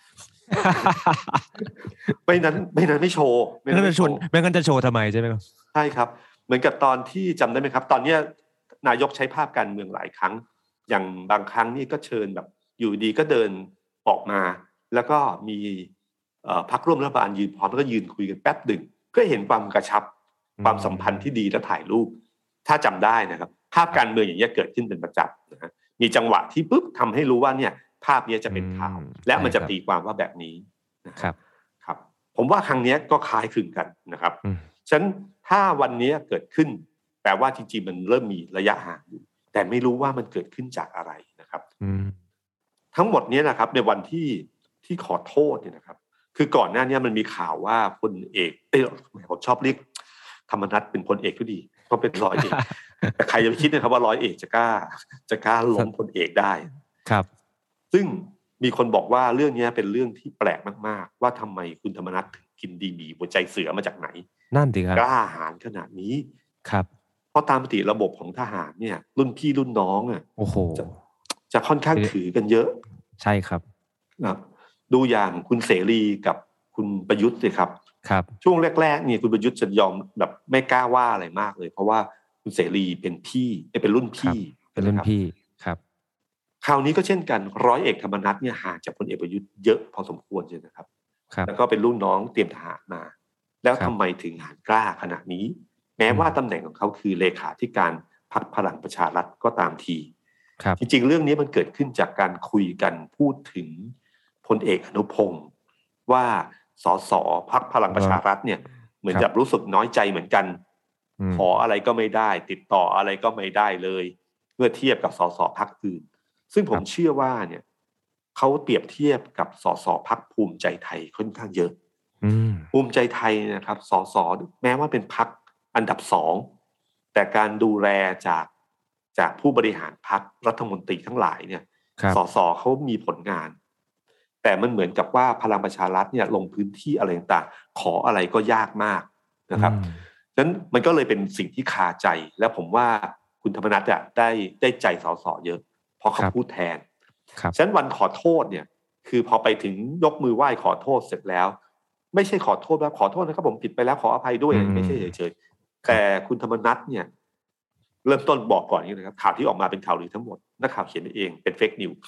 ไม่นั้นไม่นั้นไม่โชว์ไม่งั้นจะโชว์ไม่งั้นจะโชว์ทำไมใช่ไหมครับใช่ครับเหมือนกับตอนที่จำได้ไหมครับตอนนี้นายกใช้ภาพการเมืองหลายครั้งอย่างบางครั้งนี่ก็เชิญแบบอยู่ดีก็เดินออกมาแล้วก็มีพรรคร่วมรัฐบาลยืนพร้อมแล้วก็ยืนคุยกันแป๊บหนึ่งเพื่อเห็นความกระชับความสัมพันธ์ที่ดีและถ่ายรูปถ้าจำได้นะครับภาพการเมืองอย่างนี้เกิดขึ้นเป็นประจำนะฮะมีจังหวะที่ปุ๊บทำให้รู้ว่าเนี่ยภาพนี้จะเป็นข่าวและมันจะตีความว่าแบบนี้นะครับครับผมว่าครั้งนี้ก็คล้ายคลึงกันนะครับฉะนั้นถ้าวันนี้เกิดขึ้นแปลว่าจริงๆมันเริ่มมีระยะห่างอยู่แต่ไม่รู้ว่ามันเกิดขึ้นจากอะไรนะครับทั้งหมดนี้นะครับในวันที่ที่ขอโทษเนี่ยนะครับคือก่อนหน้านี้มันมีข่าวว่าพลเอกเอ้ยผมชอบเรียกธรรมนัสเป็นพลเอกก็ดีเพราะเป็นร้อยเอกแต่ใครจะไปคิดนะครับว่าร้อยเอกจะกล้าจะกล้าล้มพลเอกได้ครับซึ่งมีคนบอกว่าเรื่องนี้เป็นเรื่องที่แปลกมากๆว่าทำไมคุณธรรมนัสถึงกินดีบีหัวใจเสือมาจากไหนนั่นสิครับกล้าหาญขนาดนี้ครับเพราะตามปกติระบบของทหารเนี่ยรุ่นพี่รุ่นน้องอ่ะโอ้โหจะจะค่อนข้างถือกันเยอะใช่ครับนะดูอย่างคุณเสรีกับคุณประยุทธ์สิครับครับช่วงแรกๆเนี่ยคุณประยุทธ์จะยอมแบบไม่กล้าว่าอะไรมากเลยเพราะว่าคุณเสรีเป็นพี่เป็นรุ่นพี่เป็นรุ่นพี่ครับคราวนี้ก็เช่นกันร้อยเอกธรรมนัสเนี่ยห่างจากพลเอกประยุทธ์เยอะพอสมควรใช่ไหมครับแล้วก็เป็นรุ่นน้องเตรียมทหารมาแล้วทำไมถึงหาญกล้าขนาดนี้แม้ว่าตำแหน่งของเขาคือเลขาธิการพรรคพลังประชารัฐก็ตามทีจริงๆเรื่องนี้มันเกิดขึ้นจากการคุยกันพูดถึงพลเอกอนุพงศ์ว่าสสพรรคพลังประชารัฐเนี่ยเหมือนจะรู้สึกน้อยใจเหมือนกันขออะไรก็ไม่ได้ติดต่ออะไรก็ไม่ได้เลยเมื่อเทียบกับสสพรรคอื่นซึ่งผมเชื่อว่าเนี่ยเขาเปรียบเทียบกับสสพรรคภูมิใจไทยค่อนข้างเยอะภูมิใจไทยนะครับสสแม้ว่าเป็นพรรคอันดับสองแต่การดูแลจากจากผู้บริหารพรรครัฐมนตรีทั้งหลายเนี่ยสสเขามีผลงานแต่มันเหมือนกับว่าพลังประชารัฐเนี่ยลงพื้นที่อะไรต่างๆขออะไรก็ยากมากนะครับฉะนั้นมันก็เลยเป็นสิ่งที่คาใจและผมว่าคุณธรรมนัสได้ได้ใจสสเยอะเพราะเขาพูดแทนฉะนั้นวันขอโทษเนี่ยคือพอไปถึงยกมือไหว้ขอโทษเสร็จแล้วไม่ใช่ขอโทษว่าขอโทษนะครับผมผิดไปแล้วขออภัยด้วยไม่ใช่เฉยๆแต่คุณธรรมนัสเนี่ยเริ่มต้นบอกก่อนนี้นะครับข่าวที่ออกมาเป็นข่าวลือทั้งหมดนักข่าวเขียนเองเป็นเฟคนิวส์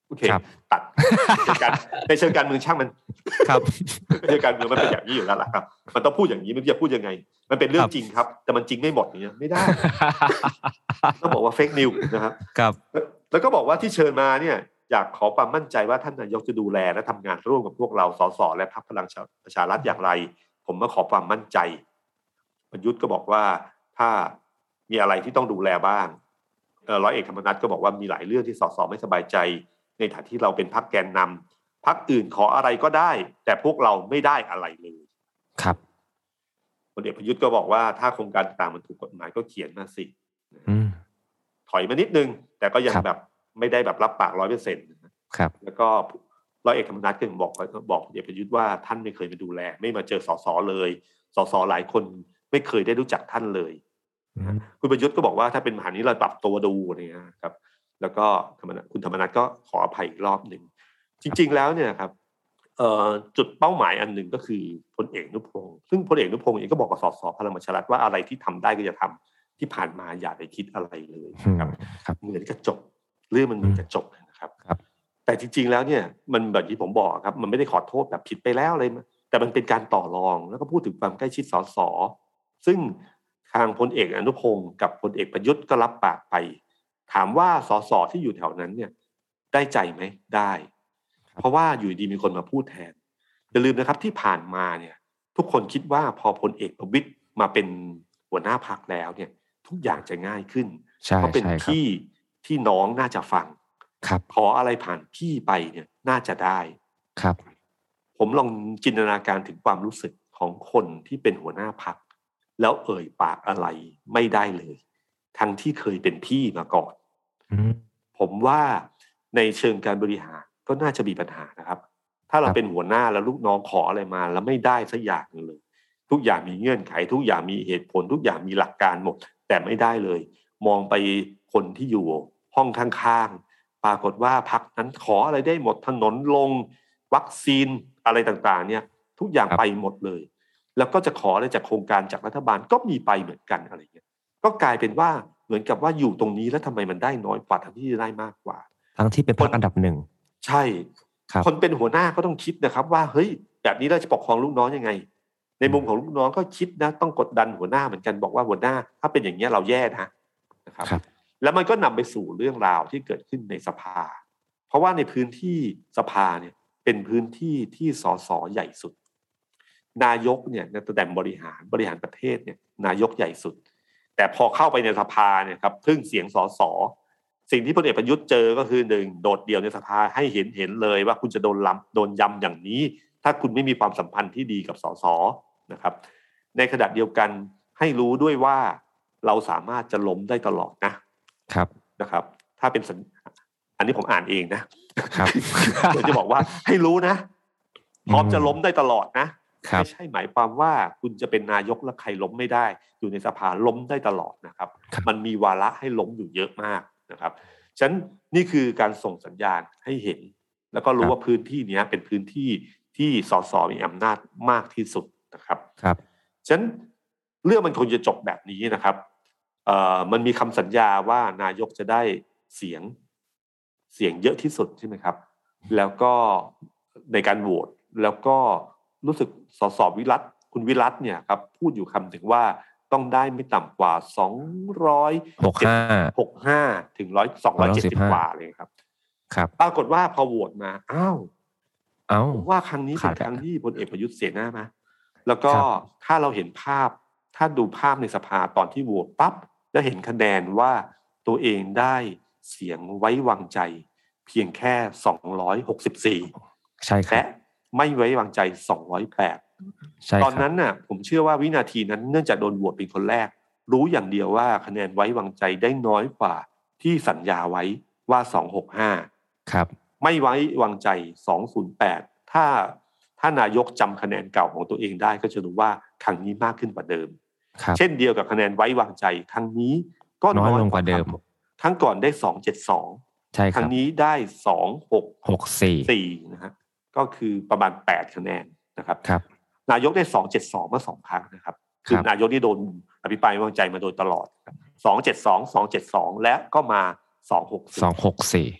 โอเคตัดในการในเชิงการเมืองช่างมันครับในเชิงการเมืองมันเป็นอย่างนี้อยู่แล้วล่ะครับมันต้องพูดอย่างนี้มันจะพูดยังไงมันเป็นเรื่องจริงครับแต่มันจริงไม่หมดอย่างเงี้ยไม่ได้ต้องบอกว่าเฟคนิวส์นะครับครับแล้วก็บอกว่าที่เชิญมาเนี่ยอยากขอความมั่นใจว่าท่านนายกจะดูแลและทำงานร่วมกับพวกเราสสและพรรคพลังประชารัฐอย่างไรผมมาขอความมั่นใจประยุทธ์ก็บอกว่าถ้ามีอะไรที่ต้องดูแลบ้างร้อยเอกธรรมนัสก็บอกว่ามีหลายเรื่องที่สสไม่สบายใจในฐานะที่เราเป็นพรรคแกนนำพรรคอื่นขออะไรก็ได้แต่พวกเราไม่ได้อะไรเลยครับพลเอกประยุทธ์ก็บอกว่าถ้าโครงการต่างมันถูกกฎหมายก็เขียนมาสิถอยมานิดนึงแต่ก็ยังแบบไม่ได้แบบรับปากร้อยเปอร์เซ็นต์ครับแล้วก็ร้อยเอกธรรมนัสก็บอกบอกพลเอกประยุทธ์ว่าท่านไม่เคยมาดูแลไม่มาเจอสสเลยสสหลายคนไม่เคยได้รู้จักท่านเลยคุณประยุทธ์ก็บอกว่าถ้าเป็นมหานี้เราปรับตัวดูเนี่ยครับแล้วก็คุณธรรมนัสก็ขออภัยอีกรอบหนึ่งจริงๆแล้วเนี่ยครับจุดเป้าหมายอันหนึ่งก็คือพลเอกอนุพงศ์ซึ่งพลเอกอนุพงศ์เองก็บอกกับสสพลังประชารัฐว่าอะไรที่ทำได้ก็จะทำที่ผ่านมาอย่าไปคิดอะไรเลยครับเหมือนจะจบเรื่องมันเหมือนจะจบนะครับแต่จริงๆแล้วเนี่ยมันแบบที่ผมบอกครับมันไม่ได้ขอโทษแบบผิดไปแล้วอะไรแต่มันเป็นการต่อรองแล้วก็พูดถึงความใกล้ชิดสสซึ่งทางพลเอกอนุพงศ์กับพลเอกประยุทธ์ก็รับปากไปถามว่าสสที่อยู่แถวนั้นเนี่ยได้ใจไหมได้เพราะว่าอยู่ดีมีคนมาพูดแทนอย่าลืมนะครับที่ผ่านมาเนี่ยทุกคนคิดว่าพอพลเอกประวิตรมาเป็นหัวหน้าพรรคแล้วเนี่ยทุกอย่างจะง่ายขึ้นเพราะเป็นพี่ที่น้องน่าจะฟังขออะไรผ่านพี่ไปเนี่ยน่าจะได้ครับผมลองจินตนาการถึงความรู้สึกของคนที่เป็นหัวหน้าพรรคแล้วเอ่ยปากอะไรไม่ได้เลยทั้งที่เคยเป็นพี่มาก่อนผมว่าในเชิงการบริหารก็น่าจะมีปัญหานะครับถ้าเราเป็นหัวหน้าแล้วลูกน้องขออะไรมาแล้วไม่ได้สักอย่างนึงเลยทุกอย่างมีเงื่อนไขทุกอย่างมีเหตุผลทุกอย่างมีหลักการหมดแต่ไม่ได้เลยมองไปคนที่อยู่ห้องข้างๆปรากฏว่าพรรคนั้นขออะไรได้หมดถนนลงวัคซีนอะไรต่างๆเนี่ยทุกอย่างไปหมดเลยแล้วก็จะขออะไรจากโครงการจากรัฐบาลก็มีไปเหมือนกันอะไรเงี้ยก็กลายเป็นว่าเหมือนกับว่าอยู่ตรงนี้แล้วทำไมมันได้น้อยกว่าทั้งที่ได้มากกว่าทั้งที่เป็นพรรคอันดับหนึ่งใช่คนเป็นหัวหน้าก็ต้องคิดนะครับว่าเฮ้ยแบบนี้เราจะปกครองลูกน้องยังไงในมุมของลูกน้องก็คิดนะต้องกดดันหัวหน้าเหมือนกันบอกว่าหัวหน้าถ้าเป็นอย่างนี้เราแย่นะนะครับแล้วมันก็นำไปสู่เรื่องราวที่เกิดขึ้นในสภาเพราะว่าในพื้นที่สภาเนี่ยเป็นพื้นที่ที่สสใหญ่สุดนายกเนี่ยในตำแหน่งบริหารบริหารประเทศเนี่ยนายกใหญ่สุดแต่พอเข้าไปในสภาเนี่ยครับพึ่งเสียงสสสิ่งที่พลเอกประยุทธ์เจอก็คือหนึ่งโดดเดี่ยวในสภาให้เห็นเห็นเลยว่าคุณจะโดนล้ำโดนยำอย่างนี้ถ้าคุณไม่มีความสัมพันธ์ที่ดีกับสสนะครับในขณะเดียวกันให้รู้ด้วยว่าเราสามารถจะล้มได้ตลอดนะครับนะครับถ้าเป็นอันนี้ผมอ่านเองนะครับเดี๋ยวจะบอกว่าให้รู้นะพร้อมจะล้มได้ตลอดนะไม่ใช่หมายความว่าคุณจะเป็นนายกแล้วใครล้มไม่ได้อยู่ในสภาล้มได้ตลอดนะครับมันมีวาระให้ล้มอยู่เยอะมากนะครับฉะนั้นนี่คือการส่งสัญญาณให้เห็นแล้วก็รู้ว่าพื้นที่นี้เป็นพื้นที่ที่สสมีอำนาจมากที่สุดนะครับครับฉะนั้นเรื่องมันคงจะจบแบบนี้นะครับเอ่อมันมีคำสัญญาว่านายกจะได้เสียงเสียงเยอะที่สุดใช่ไหมครับแล้วก็ในการโหวตแล้วก็รู้สึกสสวิรัตคุณวิรัตเนี่ยครับพูดอยู่คำถึงว่าต้องได้ไม่ต่ำกว่าสองร้อยหกสิบห้าถึงสองร้อยเจ็ดสิบกว่าเลยครับครับปรากฏว่าพอโหวตมาอ้าวอ้าวว่าครั้งนี้เป็นครั้งที่พลเอกประยุทธ์เสียหน้ามั้ยแล้วก็ถ้าเราเห็นภาพถ้าดูภาพในสภาตอนที่โหวตปั๊บจะเห็นคะแนนว่าตัวเองได้เสียงไว้วางใจเพียงแค่สองร้อยหกสิบสี่ใช่ครับและไม่ไว้วางใจสองร้อยแปดตอนนั้นน่ะผมเชื่อว่าวินาทีนั้นเนื่องจากโดนโหวตเป็นคนแรกรู้อย่างเดียวว่าคะแนนไว้วางใจได้น้อยกว่าที่สัญญาไว้ว่าสองร้อยหกสิบห้าครับไม่ไว้วางใจสองร้อยแปดถ้าถ้านายกจำคะแนนเก่าของตัวเองได้ก็จะรู้ว่าครั้งนี้มากขึ้นกว่าเดิมเช่นเดียวกับคะแนนไว้วางใจครั้งนี้ก็น้อยลงกว่าเดิมครั้งก่อนได้สองร้อยเจ็ดสิบสองใช่ครับครั้งนี้ได้สองพันหกร้อยหกสิบสี่นะฮะก็คือประมาณแปดคะแนนนะครับครับนายกได้สองร้อยเจ็ดสิบสองมาสองครั้งนะครับคือนายกนี่โดนอภิปรายไม่ไว้วางใจมาโดยตลอดสองร้อยเจ็ดสิบสอง สองร้อยเจ็ดสิบสองและก็มาสองร้อยหกสิบสองร้อยหกสิบ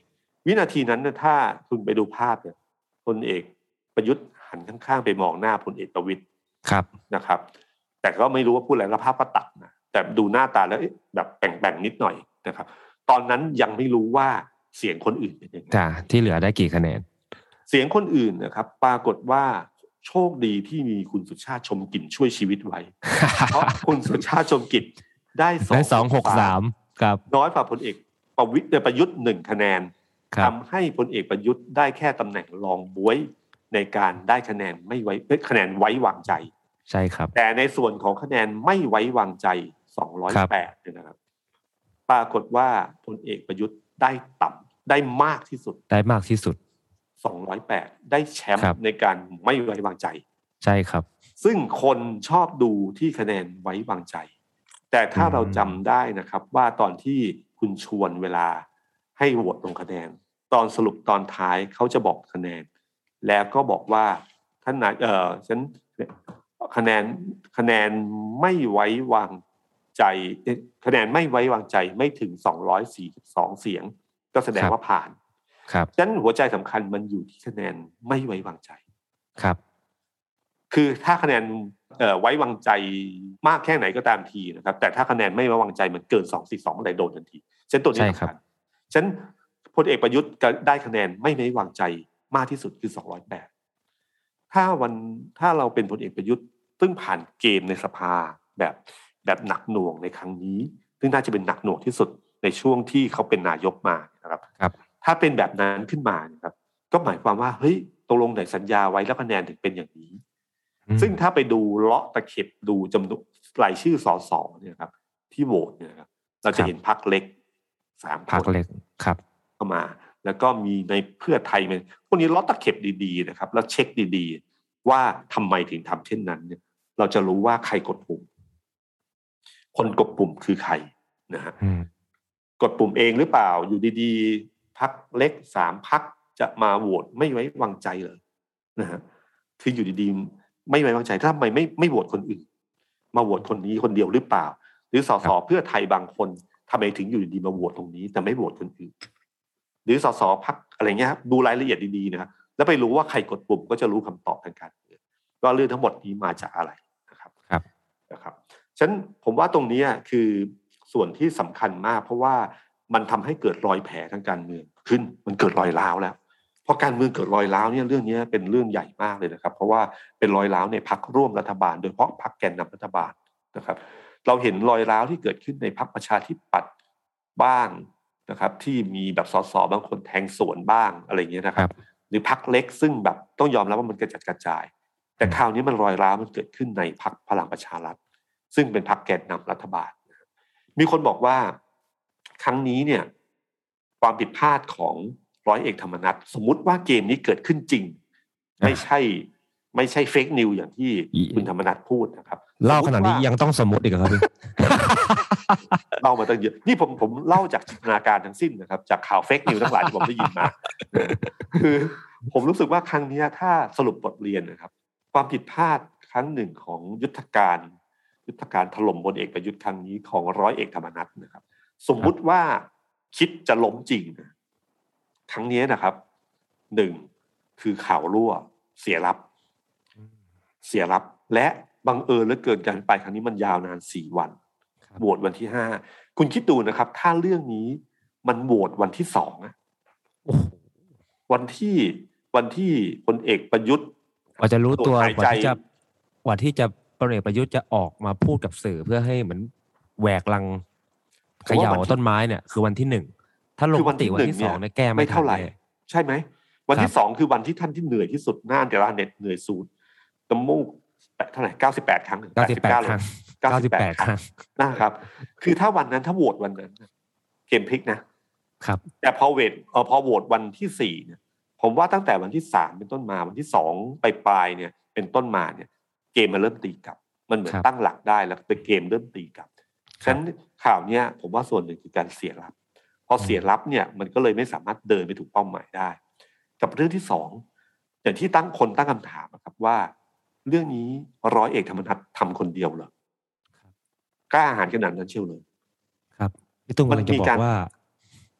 วินาทีนั้นนะถ้าคุณไปดูภาพเนี่ยพลเอกประยุทธ์หันข้างๆไปมองหน้าพลเอกประวิตรครับนะครับ แต่ก็ไม่รู้ว่าพูดอะไรแล้วภาพก็ตัดนะแต่ดูหน้าตาแล้วแบบแบ่งๆนิดหน่อยนะครับตอนนั้นยังไม่รู้ว่าเสียงคนอื่นเป็นยังไงที่เหลือได้กี่คะแนนเสียงคนอื่นนะครับปรากฏว่าโชคดีที่มีคุณสุชาติชมกลิ่นช่วยชีวิตไว้ เพราะคุณสุชาติชมกลิ่นได้สองหกสามครับน้อยกว่าพลเอกประวิตรประยุทธ์หนึ่งคะแนนทำให้พลเอกประยุทธ์ได้แค่ตำแหน่งรองบ๊วยในการได้คะแนนไม่ไว้คะแนนไว้วางใจใช่ครับแต่ในส่วนของคะแนนไม่ไว้วางใจสองร้อยแปดนะครับปรากฏว่าพลเอกประยุทธ์ได้ต่ำได้มากที่สุดได้มากที่สุดสองร้อยแปดได้แชมป์ในการไม่ไว้วางใจใช่ครับซึ่งคนชอบดูที่คะแนนไว้วางใจแต่ถ้าเราจำได้นะครับว่าตอนที่คุณชวนเวลาให้โหวตลงคะแนนตอนสรุปตอนท้ายเขาจะบอกคะแนนแล้วก็บอกว่าท่านนายเอ่อฉันคะแนนคะแนนไม่ไว้วางใจคะแนนไม่ไว้วางใจไม่ถึงสองร้อยสี่สิบสองเสียงก็แสดงว่าผ่านครับฉะนั้นหัวใจสำคัญมันอยู่ที่คะแนนไม่ไว้วางใจครับคือถ้าคะแนนเอ่อไว้วางใจมากแค่ไหนก็ตามทีนะครับแต่ถ้าคะแนนไม่ไว้วางใจมันเกินสองร้อยสี่สิบสองอะไรโดนทันทีฉะนั้นตัวนี้สำคัญฉะนั้นพลเอกประยุทธ์ได้คะแนนไม่ไว้วางใจมากที่สุดคือสองร้อยแปดถ้าวันถ้าเราเป็นพลเอกประยุทธ์ซึ่งผ่านเกมในสภาแบบแบบหนักหน่วงในครั้งนี้ซึ่งน่าจะเป็นหนักหน่วงที่สุดในช่วงที่เขาเป็นนายกมานะครับครับถ้าเป็นแบบนั้นขึ้นมานะครับก็หมายความว่าเฮ้ยตกลงไหนสัญญาไว้แล้วคะแนนถึงเป็นอย่างนี้ซึ่งถ้าไปดูเลาะตะเข็บดูจำนวนรายชื่อสสเนี่ยครับที่โหวตเนี่ยครับเราจะเห็นพรรคเล็กสามพรรคเล็กครับเข้ามาแล้วก็มีในเพื่อไทยมันพวกนี้เลาะตะเข็บดีๆนะครับแล้วเช็คดีๆว่าทำไมถึงทำเช่นนั้นเนี่ยเราจะรู้ว่าใครกดปุ่มคนกดปุ่มคือใครนะฮะกดปุ่มเองหรือเปล่าอยู่ดีๆพรรคเล็กสามพรรคจะมาโหวตไม่ไว้วางใจเลยนะฮะคืออยู่ดีๆไม่ไว้วางใจถ้าทำไมไม่ไม่โหวตคนอื่นมาโหวตคนนี้คนเดียวหรือเปล่าหรือสสเพื่อไทยบางคนทำไมถึงอยู่ดีๆมาโหวตตรงนี้แต่ไม่โหวตคนอื่นหรือสสพรรคอะไรเงี้ยดูรายละเอียดดีๆนะครับแล้วไปรู้ว่าใครกดปุ่มก็จะรู้คำตอบทางการเมืองว่าเรื่องทั้งหมดนี้มาจากอะไรนะครับครับนะครับฉะนั้นผมว่าตรงนี้คือส่วนที่สำคัญมากเพราะว่ามันทำให้เกิดรอยแผลทางการเมืองขึ้นมันเกิดรอยร้าวแล้วพอการเมืองเกิดรอยร้าวเนี่ยเรื่องนี้เป็นเรื่องใหญ่มากเลยนะครับเพราะว่าเป็นรอยร้าวในพรรคร่วมรัฐบาลโดยเฉพาะพรรคแกนนำรัฐบาลนะครับเราเห็นรอยร้าวที่เกิดขึ้นในพรรคประชาธิปัตย์บ้างนะครับที่มีแบบสสบางคนแทงสวนบ้างอะไรอย่างเงี้ยนะครับหรือพรรคเล็กซึ่งแบบต้องยอมรับว่ามันกระจัดกระจายแต่คราวนี้มันรอยร้าวมันเกิดขึ้นในพรรคพลังประชารัฐซึ่งเป็นพรรคแกนนำรัฐบาลมีคนบอกว่าครั้งนี้เนี่ยความผิดพลาดของร้อยเอกธรรมนัสสมมุติว่าเกมนี้เกิดขึ้นจริงไม่ใช่ไม่ใช่เฟกนิวอย่างที่คุณธรรมนัสพูดนะครับเล่าขนาดนี้ยังต้องสมมติอีกครับพี่เล่ามาตั้งเยอะนี่ผมผมเล่าจากจินตนาการทั้งสิ้นนะครับจากข่าวเฟกนิวทั้งหลายที่ผมได้ยินมาคือผมรู้สึกว่าครั้งนี้ถ้าสรุปบทเรียนนะครับความผิดพลาดครั้งหนึ่งของยุทธการยุทธการถล่มพลเอกประยุทธ์ครั้งนี้ของร้อยเอกธรรมนัสนะครับสมมุติว่าคิดจะล้มจริงครั้งนี้นะครับหนึ่งคือข่าวรั่วเสียรับเสียรับและบังเอิญเหลือเกินการไปครั้งนี้มันยาวนานสี่วันโหวตวันที่ห้าคุณคิดดูนะครับถ้าเรื่องนี้มันโหวตวันที่สองนะวันที่วันที่พลเอกประยุทธ์ว่าจะรู้ตัวว่าที่จะว่าที่จะพลเอกประยุทธ์จะออกมาพูดกับสื่อเพื่อให้เหมือนแหวกลังเขย่าต้นไม้เนี่ยคือวันที่หนึ่งถ้าลงมติวันที่สองเนี่ยแก้ไม่เท่าไหร่ใช่ไหมวันที่สองคือวันที่ท่านที่เหนื่อยที่สุดหน้าเดลาเน็ตเหนื่อยสุดน้ำมูกเท่าไหร่เก้าสิบแปดครั้งเก้าสิบแปดครั้งเก้าสิบแปดครั้งนะครับคือถ้าวันนั้นถ้าโหวตวันนั้นเกมพลิกนะครับแต่พอโหวตเออพอโหวตวันที่สี่เนี่ยผมว่าตั้งแต่วันที่สามเป็นต้นมาวันที่สองปลายๆเนี่ยเป็นต้นมาเนี่ยเกมมันเริ่มตีกลับมันเหมือนตั้งหลักได้แล้วเป็นเกมเริ่มตีกลับฉะนั้นข่าวเนี้ยผมว่าส่วนหนึ่งคือการเสียรับพอเสียรับเนี่ยมันก็เลยไม่สามารถเดินไปถูกเป้าหมายได้กับเรื่องที่สองอย่างที่ตั้งคนตั้งคำถามนะครับว่าเรื่องนี้ร้อยเอกธรรมนัสทำคนเดียวเหรอกล้าหาญขนาดนั้นเชียวเลยครับพี่ตุ้งมันจะบอกว่า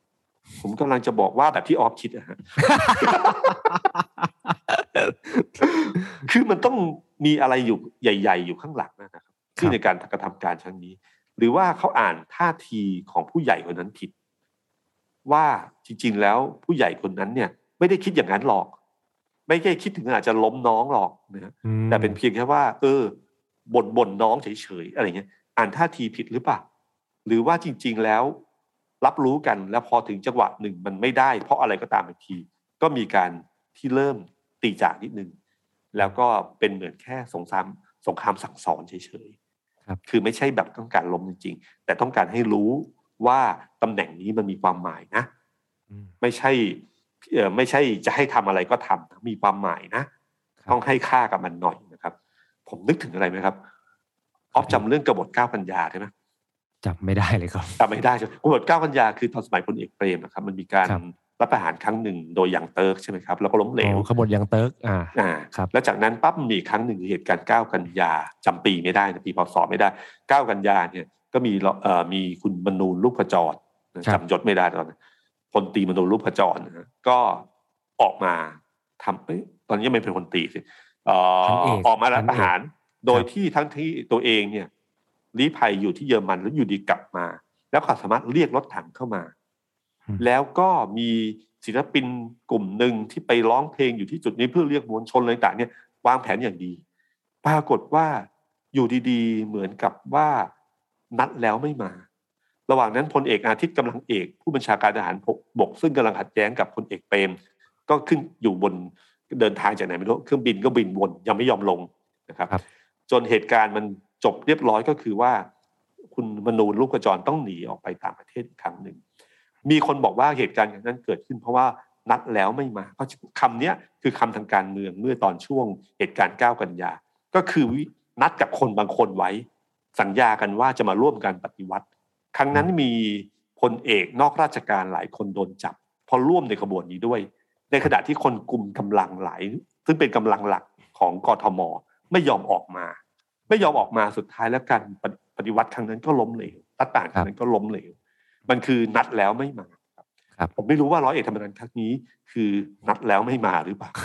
ผมกำลังจะบอกว่าแบบที่ออฟคิดอะฮะ คือมันต้องมีอะไรอยู่ใหญ่ๆอยู่ข้างหลังนะครับที่ในการกระทำการครั้งนี้หรือว่าเขาอ่านท่าทีของผู้ใหญ่คนนั้นผิดว่าจริงๆแล้วผู้ใหญ่คนนั้นเนี่ยไม่ได้คิดอย่างนั้นหรอกไม่ได้คิดถึงอาจจะล้มน้องหรอกนะแต่เป็นเพียงแค่ว่าเออบ่นบ่นน้องเฉยๆอะไรเงี้ยอ่านท่าทีผิดหรือเปล่าหรือว่าจริงๆแล้วรับรู้กันแล้วพอถึงจังหวะหนึ่งมันไม่ได้เพราะอะไรก็ตามบางทีก็มีการที่เริ่มตีจากนิดนึงแล้วก็เป็นเหมือนแค่สงครามสงครามสั่งสอนเฉยๆคือไม่ใช่แบบต้องการล้มจริงๆแต่ต้องการให้รู้ว่าตำแหน่งนี้มันมีความหมายนะไม่ใช่เอ่อไม่ใช่จะให้ทำอะไรก็ทำมีความหมายนะต้องให้ค่ากับมันหน่อยนะครับผมนึกถึงอะไรไหมครับออฟจำเรื่องกบฏเก้ากันยาได้ไหมจำไม่ได้เลยครับจำไม่ได้ใช่กบฏเก้ากันยาคือตอนสมัยพลเอกเปรมนะครับมันมีการรัฐประหารครั้งหนึ่งโดยยังเติร์กใช่ไหมครับแล้วก็ล้มเหลวขบฏยังเติร์กอ่าอ่าครับแล้วจากนั้นปั๊บมีครั้งหนึ่งเหตุการณ์เก้ากันยาจำปีไม่ได้นะปีพศไม่ได้เก้ากันยาเนี่ยก็มีเอ่อมีคุณมนูนลูกขจรจำยศไม่ได้ตอนนั้นพลตรีมนูนลูกขจรนะก็ออกมาทำเอ้ยตอนนี้ไม่เป็นพลตรีสิเอ่อออกมารัฐประหารโดยที่ทั้งที่ตัวเองเนี่ยลี้ภัยอยู่ที่เยอรมันแล้วอยู่ดีกลับมาแล้วเขาสามารถเรียกรถถังเข้ามาแล้วก็มีศิลปินกลุ่มหนึ่งที่ไปร้องเพลงอยู่ที่จุดนี้เพื่อเรียกมวลชนอะไรต่างๆเนี่ยวางแผนอย่างดีปรากฏว่าอยู่ดีๆเหมือนกับว่านัดแล้วไม่มาระหว่างนั้นพลเอกอาทิตย์กำลังเอกผู้บัญชาการทหารบกซึ่งกำลังขัดแย้งกับพลเอกเปรมก็ขึ้นอยู่บนเดินทางจากไหนไม่รู้เครื่องบินก็บินวนยังไม่ยอมลงนะครับจนเหตุการณ์มันจบเรียบร้อยก็คือว่าคุณมนูนลูกขจรต้องหนีออกไปต่างประเทศอีกครั้งหนึ่งมีคนบอกว่าเหตุการณ์อย่างนั้นเกิดขึ้นเพราะว่านัดแล้วไม่มาเพราะคำนี้คือคำทางการเมืองเมื่อตอนช่วงเหตุการณ์เก้ากันยาก็คือนัดกับคนบางคนไว้สัญญากันว่าจะมาร่วมกันปฏิวัติครั้งนั้นมีพลเอกนอกราชการหลายคนโดนจับพอร่วมในขบวนนี้ด้วยในขณะที่คนกลุ่มกำลังหลายซึ่งเป็นกำลังหลักของกทมไม่ยอมออกมาไม่ยอมออกมาสุดท้ายแล้วการปฏิวัติครั้งนั้นก็ล้มเหลวรัฐประหารครั้งนั้นก็ล้มเหลวมันคือนัดแล้วไม่มาครับผมไม่รู้ว่าร้อยเอกธรรมนัสครั้งนี้คือนัดแล้วไม่มาหรือเปล่า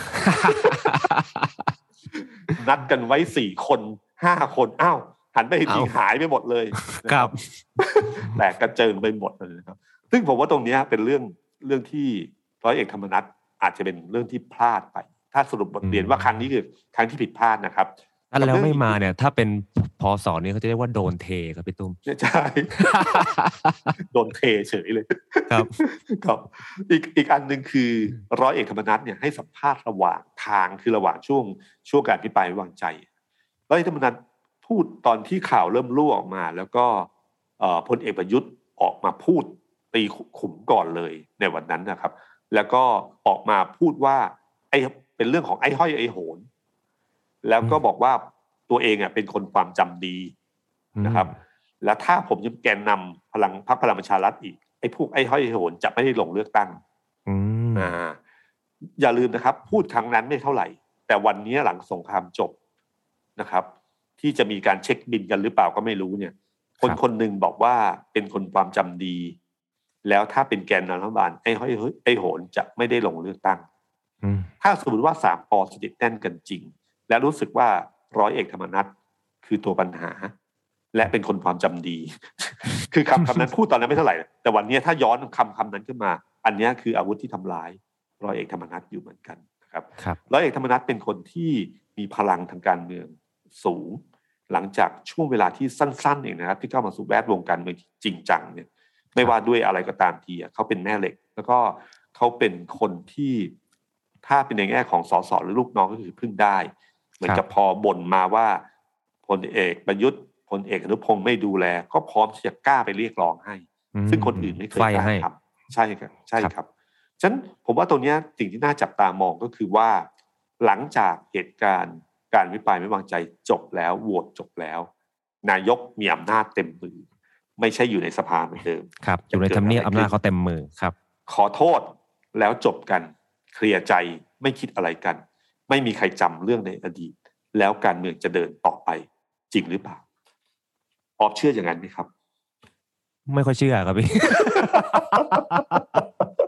นัดกันไว้สี่คนห้าคนอ้าวหันไปจริงหายไปหมดเลยครับแตกกระเจิงไปหมดเลยนะครับซึ่งผมว่าตรงนี้เป็นเรื่องเรื่องที่ร้อยเอกธรรมนัสอาจจะเป็นเรื่องที่พลาดไปถ้าสรุปบทเรียนว่าครั้งนี้คือครั้งที่ผิดพลาดนะครับแล้วไม่มาเนี่ยถ้าเป็นพศนี่เขาจะเรียกว่าโดนเทครับพี่ตุ้มใช่โดนเทเฉยเลยครับครับอีกอีกอันนึงคือร้อยเอกธรรมนัสเนี่ยให้สัมภาษณ์ระหว่างทางคือระหว่างช่วงช่วงการอภิปรายไม่วางใจร้อยเอกธรรมนัสพูดตอนที่ข่าวเริ่มรั่วออกมาแล้วก็พลเอกประยุทธ์ออกมาพูดตีขุมก่อนเลยในวันนั้นนะครับแล้วก็ออกมาพูดว่าไอ้เป็นเรื่องของไอ้ห้อยไอ้โหนแล้วก็บอกว่าตัวเองอ่ะเป็นคนความจำดีนะครับแล้วถ้าผมยังแกนนำพลังพรรคพลังประชารัฐอีกไอ้พวกไอ้ห้อยไอ้โหนจะไม่ได้ลงเลือกตั้งอ่าอย่าลืมนะครับพูดครั้งนั้นไม่เท่าไหร่แต่วันนี้หลังสงครามจบนะครับที่จะมีการเช็คบินกันหรือเปล่าก็ไม่รู้เนี่ยคนคนหนึ่งบอกว่าเป็นคนความจำดีแล้วถ้าเป็นแกนนำรัฐบาลไอ้ห้อยไอ้โหนจะไม่ได้ลงเลือกตั้งถ้าสมมติว่าสามปอสนิทแน่นกันจริงและรู้สึกว่าร้อยเอกธรรมนัสคือตัวปัญหาและเป็นคนความจำดี คือคำคำนั้นพูดตอนนั้นไม่เท่าไหร่แต่วันนี้ถ้าย้อนคำคำนั้นขึ้นมาอันนี้คืออาวุธที่ทำร้ายร้อยเอกธรรมนัสอยู่เหมือนกันนะครับร้อยเอกธรรมนัสเป็นคนที่มีพลังทางการเมืองสูงหลังจากช่วงเวลาที่สั้นๆเองนะครับที่เข้ามาสู่แวดวงการเมืองจริงจังเนี่ยไม่ว่าด้วยอะไรก็ตามทีเขาเป็นแม่เหล็กแล้วก็เขาเป็นคนที่ถ้าเป็นในแง่ของสสหรือลูกน้องก็คือพึ่งได้เหมือนกับพอบ่นมาว่าพลเอกประยุทธ์พลเอกอนุพงศ์ไม่ดูแลก็พร้อมที่จะกล้าไปเรียกร้องให้ซึ่งคนอื่นไม่เคยกล้าทำใช่ครับใช่ครับฉะนั้นผมว่าตรงนี้สิ่งที่น่าจับตามองก็คือว่าหลังจากเหตุการณ์การอภิปรายไม่วางใจจบแล้วโหวตจบแล้วนายกมีอำนาจเต็มมือไม่ใช่อยู่ในสภาเหมือนเดิมครับอยู่ในทำเนียบอำนาจเขาเต็มมือครับขอโทษแล้วจบกันเคลียร์ใจไม่คิดอะไรกันไม่มีใครจำเรื่องในอดีตแล้วการเมืองจะเดินต่อไปจริงหรือเปล่าออฟเชื่ออย่างนั้นไหมครับไม่ค่อยเชื่อครับพี่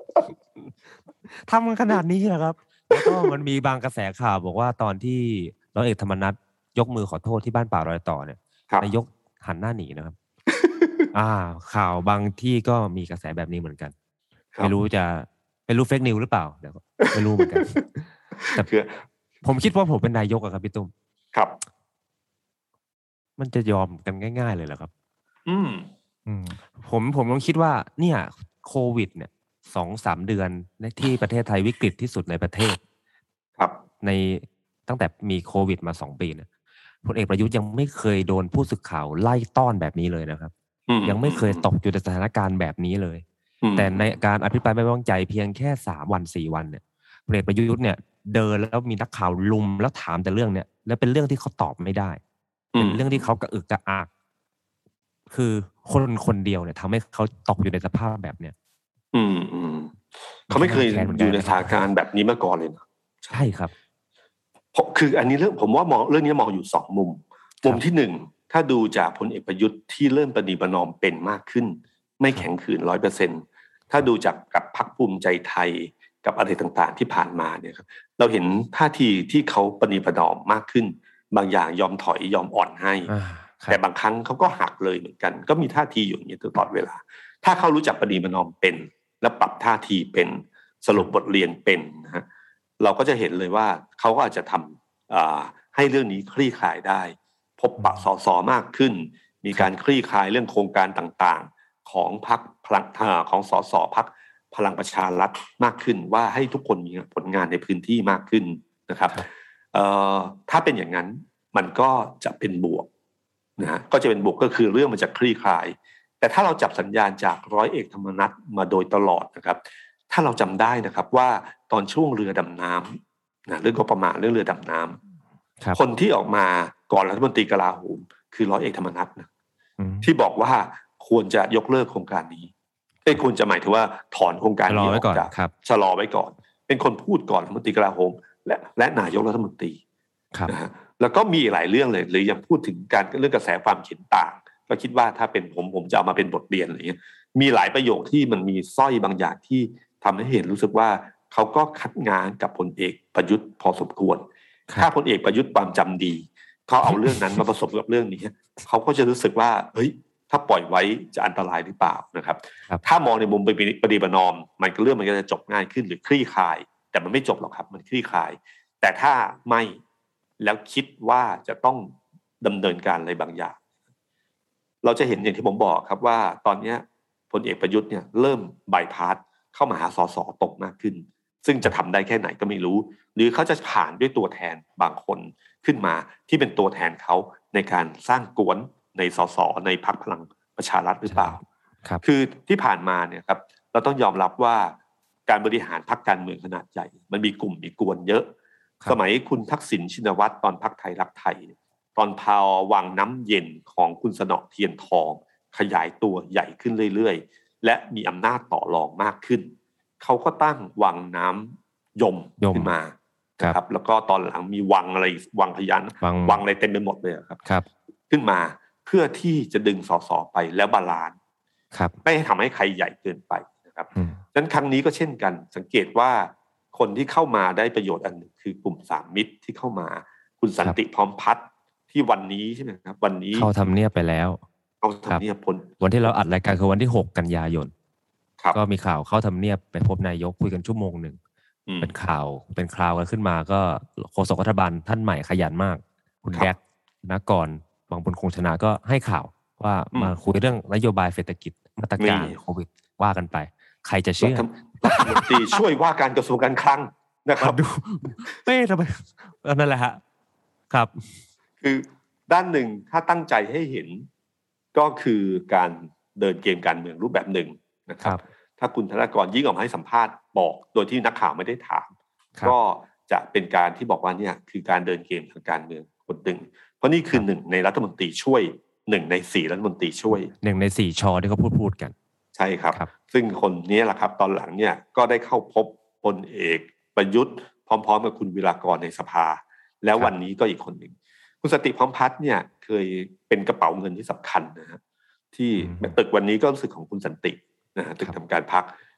ทำกันขนาดนี้เหรอครับแล้วก็มันมีบางกระแสข่าวบอกว่าตอนที่ร้อยเอกธรรมนัสยกมือขอโทษที่บ้านป่ารอยต่อเนี่ยนายกหันหน้าหนีนะครับ อ่าข่าวบางที่ก็มีกระแสแบบนี้เหมือนกันไม่รู้จะไม่รู้เฟกนิวหรือเปล่าเดี๋ยวไม่รู้เหมือนกันแต่ผมคิดว่าผมเป็นนายกอะครับพี่ตุ้มครับมันจะยอมกันง่ายๆเลยเหรอครับอืมอืมผมผมลองคิดว่าเนี่ยโควิดเนี่ยสองสามเดือนที่ประเทศไทยวิกฤตที่สุดในประเทศครับในตั้งแต่มีโควิดมาสองปีเนี่ยพลเอกประยุทธ์ยังไม่เคยโดนผู้สื่อข่าวไล่ต้อนแบบนี้เลยนะครับยังไม่เคยตกอยู่ในสถานการณ์แบบนี้เลยแต่ในการอภิปรายไม่ไว้วางใจเพียงแค่สามวันสี่วันเนี่ยพลเอกประยุทธ์เนี่ยเดินแล้วมีนักข่าวลุมแล้วถามแต่เรื่องเนี้ยแล้วเป็นเรื่องที่เขาตอบไม่ได้เป็นเรื่องที่เขากระอึกกระอักคือคนคนเดียวเนี่ยทำให้เขาตกอยู่ในสภาพแบบเนี้ยอืมอืมเขาไม่เคยอยู่ในสถานการณ์แบบนี้มาก่อนเลยนะใช่ครับคืออันนี้เรื่องผมว่ามองเรื่องนี้มองอยู่สองมุมมุมที่หนึ่งถ้าดูจากพลเอกประยุทธ์ที่เริ่มประนีประนอมเป็นมากขึ้นไม่แข็งขืนร้อยเปอร์เซ็นต์ถ้าดูจากกับพรรคภูมิใจไทยกับอะไรต่างๆที่ผ่านมาเนี่ยครับเราเห็นท่าทีที่เขาประนีประนอมมากขึ้นบางอย่างยอมถอยยอมอ่อนให้แต่บางครั้งเขาก็หักเลยเหมือนกันก็มีท่าทีอยู่อย่างนี้ตลอดเวลาถ้าเขารู้จักประนีประนอมเป็นและปรับท่าทีเป็นสรุปบทเรียนเป็นนะฮะเราก็จะเห็นเลยว่าเขาก็อาจจะทำให้เรื่องนี้คลี่คลายได้พบปะสสมากขึ้นมีการคลี่คลายเรื่องโครงการต่างๆของพรรคพลังของสสพรรคพลังประชารัฐมากขึ้นว่าให้ทุกคนมีผลงานในพื้นที่มากขึ้นนะครับถ้าเป็นอย่างนั้นมันก็จะเป็นบวกนะฮะก็จะเป็นบวกก็คือเรื่องมันจะคลี่คลายแต่ถ้าเราจับสัญญาณจากร้อยเอกธรรมนัสมาโดยตลอดนะครับถ้าเราจำได้นะครับว่าตอนช่วงเรือดำน้ำนะเรื่องงบประมาณเรื่องเรือดำน้ำคนที่ออกมาก่อนรัฐมนตรีกลาโหมคือร้อยเอกธรรมนัสนะที่บอกว่าควรจะยกเลิกโครงการนี้ไม่ควรจะหมายถึงว่าถอนโครงการนี้ออกจากชะลอไว้ก่อนเป็นคนพูดก่อนรัฐมนตรีกลาโหมและและนายกรัฐมนตรีนะฮะแล้วก็มีหลายเรื่องเลยหรือยังพูดถึงการเรื่องกระแสความเห็นต่างก็คิดว่าถ้าเป็นผมผมจะเอามาเป็นบทเรียนอะไรเงี้ยมีหลายประโยคที่มันมีสร้อยบางอย่างที่ทำให้เห็นรู้สึกว่าเขาก็คัดงานกับพลเอกประยุทธ์พอสมควรถ้าพลเอกประยุทธ์ความจำดีเขาเอาเรื่องนั้นมาผสมกับเรื่องนี้เขาก็จะรู้สึกว่าเฮ้ยถ้าปล่อยไว้จะอันตรายหรือเปล่านะครับถ้ามองในมุมประนีประนอมมันก็เรื่องมันก็จะจบง่ายขึ้นหรือคลี่คลายแต่มันไม่จบหรอกครับมันคลี่คลายแต่ถ้าไม่แล้วคิดว่าจะต้องดำเนินการอะไรบางอย่างเราจะเห็นอย่างที่ผมบอกครับว่าตอนนี้พลเอกประยุทธ์เนี่ยเริ่มบายพาสเข้ามาหาสสตกมากขึ้นซึ่งจะทำได้แค่ไหนก็ไม่รู้หรือเขาจะผ่านด้วยตัวแทนบางคนขึ้นมาที่เป็นตัวแทนเขาในการสร้างกวนในสสในพรรคพลังประชารัฐหรือเปล่าครับคือที่ผ่านมาเนี่ยครับเราต้องยอมรับว่าการบริหารพรรคการเมืองขนาดใหญ่มันมีกลุ่มมีกวนเยอะสมัยคุณทักษิณชินวัตรตอนพรรคไทยรักไทยตอนพาววังน้ำเย็นของคุณสนอเทียนทองขยายตัวใหญ่ขึ้นเรื่อยๆและมีอำนาจต่อรองมากขึ้นเขาก็ตั้งวังน้ำยมขึ้นมาครับแล้วก็ตอนหลังมีวังอะไรวังพญานาควังอะไรเต็มไปหมดเลยครับขึ้นมาเพื่อที่จะดึงสสไปแล้วบาลานซ์ไม่ให้ทำให้ใครใหญ่เกินไปนะครับดังนั้นครั้งนี้ก็เช่นกันสังเกตว่าคนที่เข้ามาได้ประโยชน์อันหนึ่งคือกลุ่มสามมิตรที่เข้ามาคุณสันติพร้อมพัฒน์ที่วันนี้ใช่ไหมครับวันนี้เข้าทำเนียบไปแล้วเข้าทำเนียบพ้นวันที่เราอัดรายการคือวันที่หกกันยายนก็มีข่าวเข้าทำเนียบไปพบนายกคุยกันชั่วโมงหนึ่งเป็นข่าวเป็นข่าวกันขึ้นมาก็โฆษกรัฐบาลท่านใหม่ขยันมากคุณแดกนกรบางบุญคงชนะก็ให้ข่าวว่ามาคุยเรื่องนโยบายเศรษฐกิจมาตรการโควิดว่ากันไปใครจะเชื่อรัฐมนตรีช่วยว่าการกระทรวงการคลังนะครับดูเต้ทำไมนั่นแหละฮะครับคือด้านหนึ่งถ้าตั้งใจให้เห็นก็คือการเดินเกมการเมืองรูปแบบหนึ่งนะครับถ้าคุณธนกรยิ่งออกมาให้สัมภาษณ์บอกโดยที่นักข่าวไม่ได้ถามก็จะเป็นการที่บอกว่าเนี่ยคือการเดินเกมทางการเมืองคนหนึ่งเพราะนี่คือหนึ่งในรัฐมนตรีช่วยหนึ่งในสี่รัฐมนตรีช่วยหนึ่งในสี่ชอที่เขาพูดพูดกันใช่ครับซึ่งคนนี้แหละครับตอนหลังเนี่ยก็ได้เข้าพบพลเอกประยุทธ์พร้อมๆกับคุณวิรากรในสภาแล้ววันนี้ก็อีกคนหนึ่งคุณสติพร้อมพัฒน์เนี่ยเคยเป็นกระเป๋าเงินที่สำคัญนะฮะที่ตึกวันนี้ก็รู้สึกของคุณสันตินะฮะตึกทำการพรรค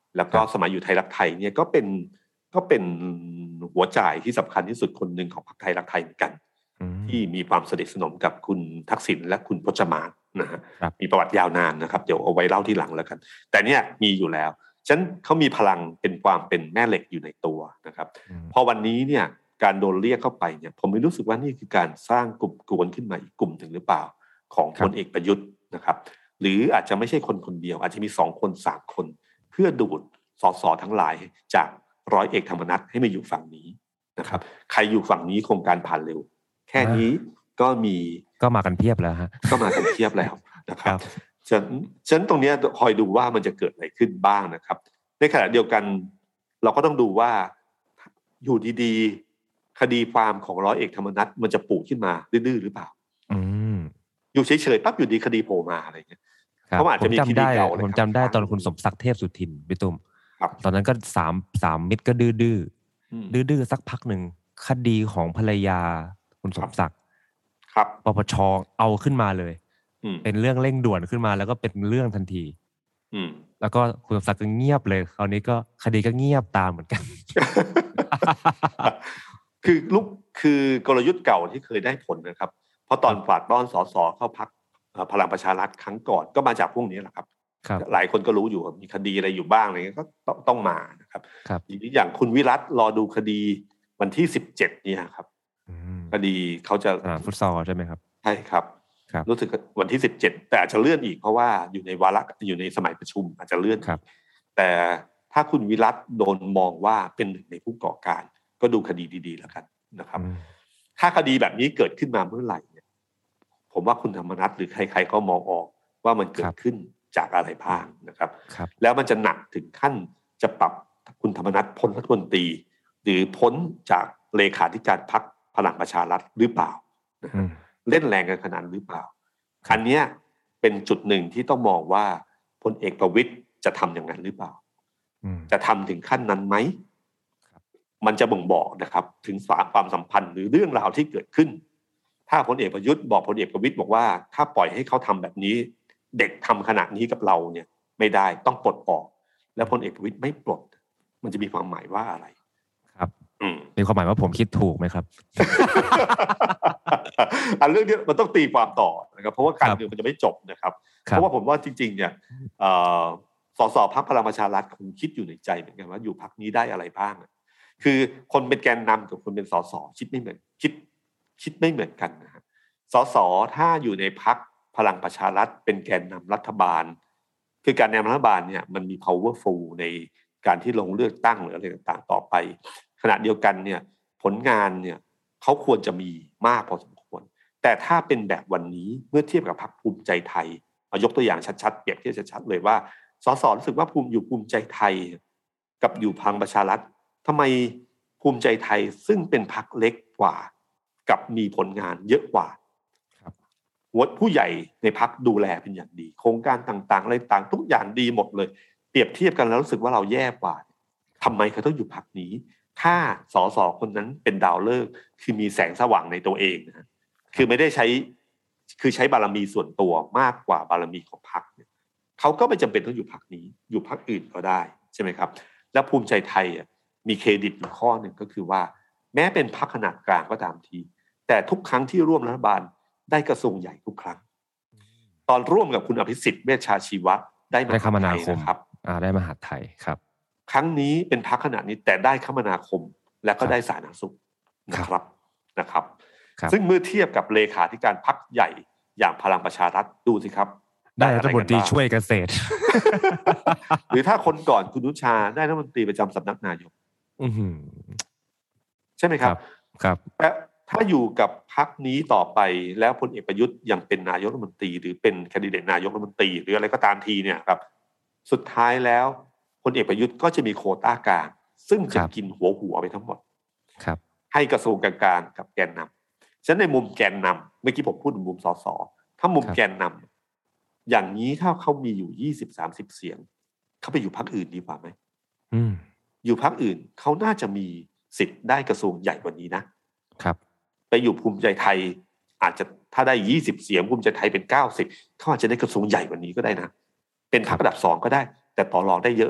แล้วก็สมัยอยู่ไทยรักไทยเนี่ยก็เป็นก็เป็นหัวจ่ายที่สำคัญที่สุดคนหนึ่งของพรรคไทยรักไทยเหมือนกันที่มีความสนิทสนมกับคุณทักษิณและคุณพจมานนะฮะมีประวัติยาวนานนะครับเดี๋ยวเอาไว้เล่าที่หลังแล้วกันแต่เนี่ยมีอยู่แล้วฉะนั้นเขามีพลังเป็นความเป็นแม่เหล็กอยู่ในตัวนะครับพอวันนี้เนี่ยการโดนเรียกเข้าไปเนี่ยผมไม่รู้สึกว่านี่คือการสร้างกลุ่มกวนขึ้นมาอีกกลุ่มหนึ่งหรือเปล่าของพลเอกประยุทธ์นะครับหรืออาจจะไม่ใช่คนคนเดียวอาจจะมีสองคนสามคนเพื่อดูดสสทั้งหลายจากร้อยเอกธรรมนัสให้มาอยู่ฝั่งนี้นะครับใครอยู่ฝั่งนี้โครงการผ่านเร็วแค่นี้ก็มีก็มากันเพียบแล้วฮะก็มากันเพียบแล้วนะครับฉะนั้นฉะนั้นตรงนี้คอยดูว่ามันจะเกิดอะไรขึ้นบ้างนะครับในขณะเดียวกันเราก็ต้องดูว่าอยู่ดีๆคดีความของร้อยเอกธรรมนัสมันจะปูขึ้นมาดื้อๆหรือเปล่าอยู่เฉยๆปั๊บอยู่ดีคดีโผล่มาอะไรเงี้ยเพราะอาจจะมีคดีเก่าผมจำได้ตอนคุณสมศักดิ์เทพสุทินพี่ตุ้มตอนนั้นก็สามสามมิตรก็ดื้อดื้อดื้อๆสักพักหนึ่งคดีของภรรยาคุณสมศักดิ์ครับปปชเอาขึ้นมาเลยเป็นเรื่องเร่งด่วนขึ้นมาแล้วก็เป็นเรื่องทันทีแล้วก็คุณสมศักดิ์ก็เงียบเลยคราวนี้ก็คดีก็เงียบตามเหมือนกันคือลูกคือกลยุทธ์เก่าที่เคยได้ผลนะครับเพราะตอนฝากต้อนสสเข้าพรรคพลังประชารัฐครั้งก่อนก็มาจากพวกนี้แหละครับหลายคนก็รู้อยู่มีคดีอะไรอยู่บ้างอะไรเงี้ยก็ต้องมานะครับอย่างคุณวิรัตรอดูคดีวันที่สิบเจ็ดเนี่ยครับคดีเขาจะฟุตซอลใช่ไหมครับใช่ครับรู้สึกวันที่สิบเจ็ดแต่อาจจะเลื่อนอีกเพราะว่าอยู่ในวาระอยู่ในสมัยประชุมอาจจะเลื่อนแต่ถ้าคุณวิรัตโดนมองว่าเป็นหนึ่งในผู้ก่อการก็ดูคดีดีๆแล้วกันนะครับถ้าคดีแบบนี้เกิดขึ้นมาเมื่อไหร่เนี่ยผมว่าคุณธรรมนัสหรือใครๆก็มองออกว่ามันเกิดขึ้นจากอะไรบ้างนะครับแล้วมันจะหนักถึงขั้นจะปรับคุณธรรมนัสพ้นรัฐมนตรีหรือพ้นจากเลขาธิการพรรคพลังประชารัฐหรือเปล่าเล่นแรงกันขนาดหรือเปล่าอันนี้เป็นจุดหนึ่งที่ต้องมองว่าพลเอกประวิตรจะทำอย่างนั้นหรือเปล่าจะทำถึงขั้นนั้นไหมมันจะบ่งบอกนะครับถึงความสัมพันธ์หรือเรื่องราวที่เกิดขึ้นถ้าพลเอกประยุทธ์บอกพลเอกประวิตรบอกว่าถ้าปล่อยให้เขาทำแบบนี้เด็กทำขนาดนี้กับเราเนี่ยไม่ได้ต้องปลดออกแล้วพลเอกประวิตรไม่ปลดมันจะมีความหมายว่าอะไรครับมีความหมายว่าผมคิดถูกไหมครับอันเรื่องนี้มันต้องตีความต่อนะครับเพราะว่าการเมืองมันจะไม่จบนะครับเพราะว่าผมว่าจริงๆเนี่ยสสพรรคพลังประชารัฐคงคิดอยู่ในใจเหมือนกันว่าอยู่พรรคนี้ได้อะไรบ้างคือคนเป็นแกนนำกับคนเป็นสสคิดไม่เหมือนคิดคิดไม่เหมือนกันนะฮะสสถ้าอยู่ในพรรคพลังประชารัฐเป็นแกนนำรัฐบาลคือการนำรัฐบาลเนี่ยมันมี powerful ในการที่ลงเลือกตั้งหรืออะไรต่างๆต่อไปขณะเดียวกันเนี่ยผลงานเนี่ยเขาควรจะมีมากพอสมควรแต่ถ้าเป็นแบบวันนี้เมื่อเทียบกับพรรคภูมิใจไทยเอายกตัวอย่างชัดๆเปรียบเทียบชัดๆเลยว่าสสรู้สึกว่าภูมิอยู่ภูมิใจไทยกับอยู่พลังประชารัฐทำไมภูมิใจไทยซึ่งเป็นพรรคเล็กกว่ากับมีผลงานเยอะกว่าหัวผู้ใหญ่ในพรรคดูแลเป็นอย่างดีโครงการต่างๆอะไรต่างทุกอย่างดีหมดเลยเปรียบเทียบกันแล้วรู้สึกว่าเราแย่กว่าทำไมเขาต้องอยู่พรรคนี้ถ้าสสคนนั้นเป็นดาวฤกษ์คือมีแสงสว่างในตัวเองนะคือไม่ได้ใช้คือใช้บารมีส่วนตัวมากกว่าบารมีของพรรคเนี่ยเขาก็ไม่จำเป็นต้องอยู่พรรคนี้อยู่พรรคอื่นก็ได้ใช่ไหมครับและภูมิใจไทยมีเครดิตอยู่ข้อหนึ่งก็คือว่าแม้เป็นพรรคขนาดกลางก็ตามทีแต่ทุกครั้งที่ร่วมรัฐบาลได้กระทรวงใหญ่ทุกครั้งตอนร่วมกับคุณอภิสิทธิ์เวชชาชีวะได้มหาดไทยนะครับอ่าได้มหาดไทยครับครั้งนี้เป็นพรรคขนาดนี้แต่ได้คมนาคมและก็ได้สาธารณสุขนะครับนะครับซึ่งเมื่อเทียบกับเลขาธิการพรรคใหญ่อย่างพลังประชารัฐดูสิครับได้รัฐมนตรีช่วยเกษตรหรือถ้าคนก่อนคุณนุชาได้รัฐมนตรีประจำสำนักนายกใช่ไหมครับครับแต่ถ้าอยู่กับพรรคนี้ต่อไปแล้วพลเอกประยุทธ์ยังเป็นนายกรัฐมนตรีหรือเป็นแคนดิเดตนายกรัฐมนตรีหรืออะไรก็ตามทีเนี่ยครับสุดท้ายแล้วพลเอกประยุทธ์ก็จะมีโควต้ากลางซึ่งจะกินหัวหัวไปทั้งหมดครับให้กระทรวงกลางๆกับแกนนำฉะนั้นในมุมแกนนำเมื่อกี้ผมพูดถึงมุมสสถ้ามุมแกนนำอย่างนี้ถ้าเขามีอยู่ยี่สิบ สามสิบเสียงเขาไปอยู่พรรคอื่นดีกว่าไหมอืมอยู่พรรคอื่นเขาน่าจะมีสิทธิ์ได้กระทรวงใหญ่กว่านี้นะครับไปอยู่ภูมิใจไทยอาจจะถ้าได้ยี่สิบเสียงภูมิใจไทยเป็นเก้าสิบเขาอาจจะได้กระทรวงใหญ่กว่านี้ก็ได้นะเป็นพรรคอันดับสองก็ได้แต่ต่อรองได้เยอะ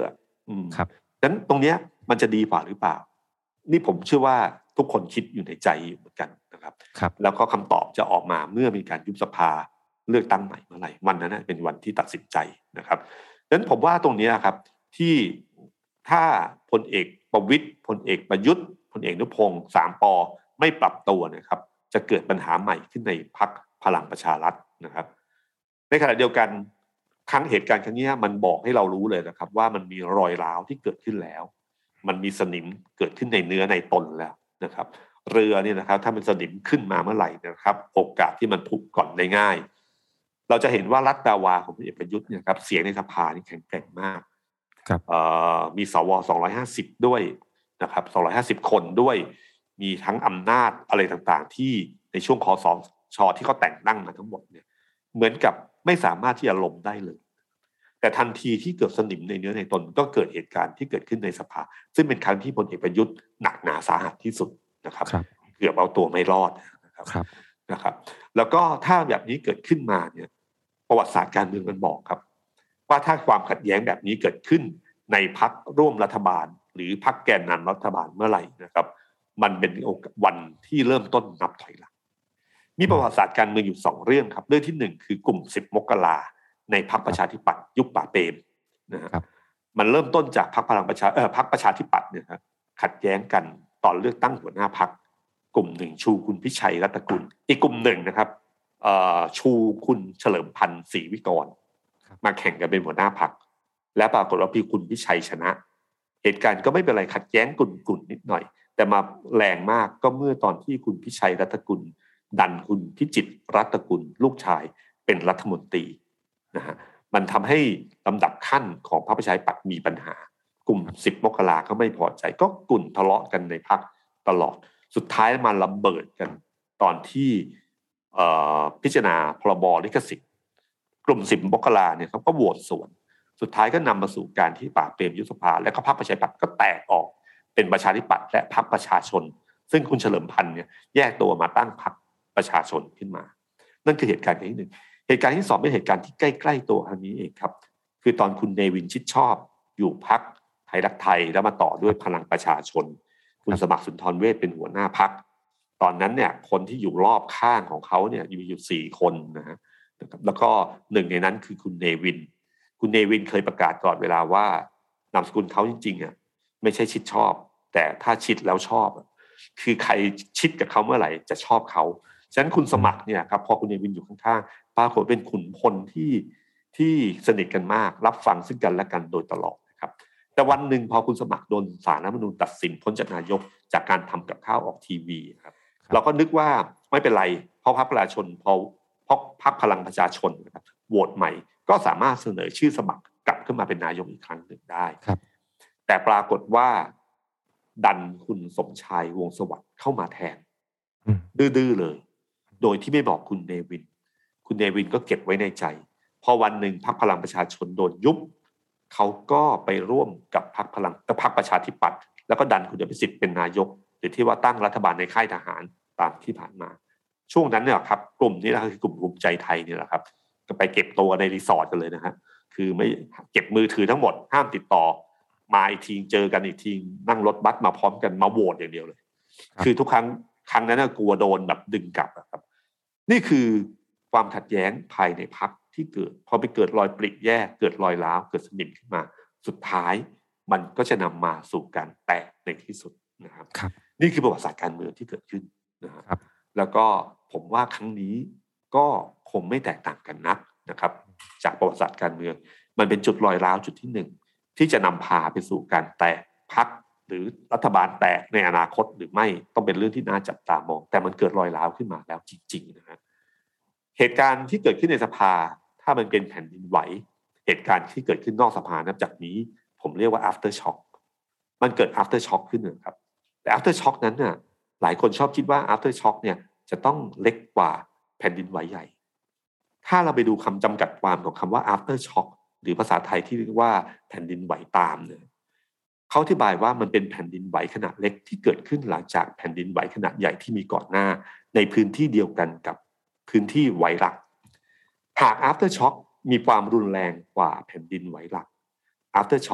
ครับดังนั้นตรงเนี้ยมันจะดีกว่าหรือเปล่านี่ผมเชื่อว่าทุกคนคิดอยู่ในใจเหมือนกันนะครับแล้วก็คำตอบจะออกมาเมื่อมีการยุบสภาเลือกตั้งใหม่เมื่อไหร่วันนั้นเป็นวันที่ตัดสินใจนะครับดังนั้นผมว่าตรงนี้ครับที่ถ้าพลเอกประวิตรพลเอกประยุทธ์พลเอกอนุพงศ์สามป.ไม่ปรับตัวนะครับจะเกิดปัญหาใหม่ขึ้นในพรรคพลังประชารัฐนะครับในขณะเดียวกันครั้งเหตุการณ์ครั้งนี้มันบอกให้เรารู้เลยนะครับว่ามันมีรอยร้าวที่เกิดขึ้นแล้วมันมีสนิมเกิดขึ้นในเนื้อในตนแล้วนะครับเรือเนี่ยนะครับถ้ามันสนิมขึ้นมาเมื่อไหร่นะครับโอกาสที่มันผุก่อนได้ง่ายเราจะเห็นว่ารัฐดาวาของพลเอกประยุทธ์เนี่ยครับเสียงในสภานี่แข็งแกร่งมากครับมีสวสองร้อยห้าสิบด้วยนะครับสองร้อยห้าสิบคนด้วยมีทั้งอำนาจอะไรต่างๆที่ในช่วงคสช.ที่เขาแต่งตั้งมาทั้งหมดเนี่ยเหมือนกับไม่สามารถที่จะล้มได้เลยแต่ทันทีที่เกิดสนิมในเนื้อในตนก็เกิดเหตุการณ์ที่เกิดขึ้นในสภาซึ่งเป็นครั้งที่พลเอกประยุทธ์หนักหนาสาหัสที่สุดนะครับเกือบเอาตัวไม่รอดนะครับนะครับแล้วก็ถ้าแบบนี้เกิดขึ้นมาเนี่ยประวัติศาสตร์การเมืองมันบอกครับว่าถ้าความขัดแย้งแบบนี้เกิดขึ้นในพรรคร่วมรัฐบาลหรือพรรคแกนนำรัฐบาลเมื่อไหร่นะครับมันเป็นวันที่เริ่มต้นนับถอยหลังมีประวัติศาสตร์การเมืองอยู่สองเรื่องครับเรื่องที่หนึ่งคือกลุ่มสิบมกราในพรรคประชาธิปัตย์ยุคป่าเปรมนะครับมันเริ่มต้นจากพรรคพลังประชาเอ่อพรรคประชาธิปัตย์เนี่ยครับขัดแย้งกันตอนเลือกตั้งหัวหน้าพรรคกลุ่มหนึ่งชูคุณพิชัยรัตนกุลอีกกลุ่มหนึ่งนะครับเอ่อชูคุณเฉลิมพันธ์ศรีวิกรมาแข่งกันเป็นหัวหน้าพรรคและปรากฏว่าพี่คุณพิชัยชนะเหตุการณ์ก็ไม่เป็นไรขัดแย้งกุ่นๆนิดหน่อยแต่มาแรงมากก็เมื่อตอนที่คุณพิชัยรัตนกุลดันคุณพิจิตรรัตนกุลลูกชายเป็นรัฐมนตรีนะฮะมันทำให้ลำดับขั้นของพรรคประชาธิปัตย์มีปัญหากลุ่มสิบมกราเขาไม่พอใจก็กุ่นทะเลาะกันในพรรคตลอดสุดท้ายมาระเบิดกันตอนที่พิจารณาพรบลิขสิทธิ์กลุ่มสิบมกราเนี่ยเขาก็โหวตสวนสุดท้ายก็นำมาสู่การที่ป่าเปรมยุบสภาและก็พรรคประชาธิปัตย์ก็แตกออกเป็นประชาธิปัตย์และพรรคประชาชนซึ่งคุณเฉลิมพันธ์เนี่ยแยกตัวมาตั้งพรรคประชาชนขึ้นมานั่นคือเหตุการณ์ที่หนึ่งเหตุการณ์ที่สองเป็นเหตุการณ์ที่ใกล้ๆตัวครั้งนี้เองครับคือตอนคุณเนวินชิดชอบอยู่พรรคไทยรักไทยแล้วมาต่อด้วยพลังประชาชนคุณสมัครสุนทรเวชเป็นหัวหน้าพรรคตอนนั้นเนี่ยคนที่อยู่รอบข้างของเขาเนี่ยมีอยู่สี่คนนะฮะแล้วก็หนึ่งในนั้นคือคุณเนวินคุณเนวินเคยประกาศก่อนเวลาว่านามสกุลเขาจริงๆอ่ะไม่ใช่ชิดชอบแต่ถ้าชิดแล้วชอบคือใครชิดกับเขาเมื่อไหร่จะชอบเขาฉะนั้นคุณสมัครเนี่ยครับพอคุณเนวินอยู่ข้างๆปรากฏเป็นขุนพลที่ที่สนิทกันมากรับฟังซึ่งกันและกันโดยตลอดนะครับแต่วันหนึ่งพอคุณสมัครโดนศาลรัฐธรรมนูญตัดสินพ้นจากนายกจากการทำกับข้าวออกทีวีครับเราก็นึกว่าไม่เป็นไรเพราะพรรคประชาชนพอเพราะพรรคพลังประชาชนนะครับโหวตใหม่ก็สามารถเสนอชื่อสมัครกลับขึ้นมาเป็นนายกอีกครั้งหนึ่งได้แต่ปรากฏว่าดันคุณสมชายวงศ์สวัสดิ์เข้ามาแทนดื้อๆเลยโดยที่ไม่บอกคุณเนวินคุณเนวินก็เก็บไว้ในใจพอวันหนึ่งพรรคพลังประชาชนโดนยุบเขาก็ไปร่วมกับพรรคพลังพรรคประชาธิปัตย์แล้วก็ดันคุณอภิสิทธิ์เป็นนายกหรือที่ว่าตั้งรัฐบาลในค่ายทหารตามที่ผ่านมาช่วงนั้นเนี่ยครับกลุ่มนี้คือกลุ่มภูมิใจไทยเนี่ยแหละครับก็ไปเก็บตัวในรีสอร์ทกันเลยนะฮะคือไม่เก็บมือถือทั้งหมดห้ามติดต่อมาอีกทีเจอกันอีกทีนั่งรถบัสมาพร้อมกันมาโหวตอย่างเดียวเลยคือทุกครั้งครั้งนั้นกลัวโดนแบบดึงกลับครับนี่คือความขัดแย้งภายในพรรคที่เกิดพอไปเกิดรอยปริแยกเกิดรอยร้าวเกิดสนิมขึ้นมาสุดท้ายมันก็จะนำมาสู่การแตกในที่สุดนะครับนี่คือประวัติศาสตร์การเมืองที่เกิดขึ้นนะครับแล้วก็ผมว่าครั้งนี้ก็คงไม่แตกต่างกันนักนะครับจากประวัติศาสตร์การเมืองมันเป็นจุดรอยร้าวจุดที่หนึ่งที่จะนำพาไปสู่การแตกพรรคหรือรัฐบาลแตกในอนาคตหรือไม่ต้องเป็นเรื่องที่น่าจับตามองแต่มันเกิดรอยร้าวขึ้นมาแล้วจริงๆนะฮะเหตุการณ์ที่เกิดขึ้นในสภาถ้ามันเป็นแผ่นดินไหวเหตุการณ์ที่เกิดขึ้นนอกสภานับจากนี้ผมเรียกว่า after shock มันเกิด after shock ขึ้นนะครับแต่ after shock นั้นน่ะหลายคนชอบคิดว่า after shock เนี่ยจะต้องเล็กกว่าแผ่นดินไหวใหญ่ถ้าเราไปดูคำจำกัดความของคำว่า after shock หรือภาษาไทยที่เรียกว่าแผ่นดินไหวตามเนี่ยเขาอธิบายว่ามันเป็นแผ่นดินไหวขนาดเล็กที่เกิดขึ้นหลังจากแผ่นดินไหวขนาดใหญ่ที่มีก่อนหน้าในพื้นที่เดียวกันกับพื้นที่ไหวหลักหาก after shock มีความรุนแรงกว่าแผ่นดินไหวหลัก after shock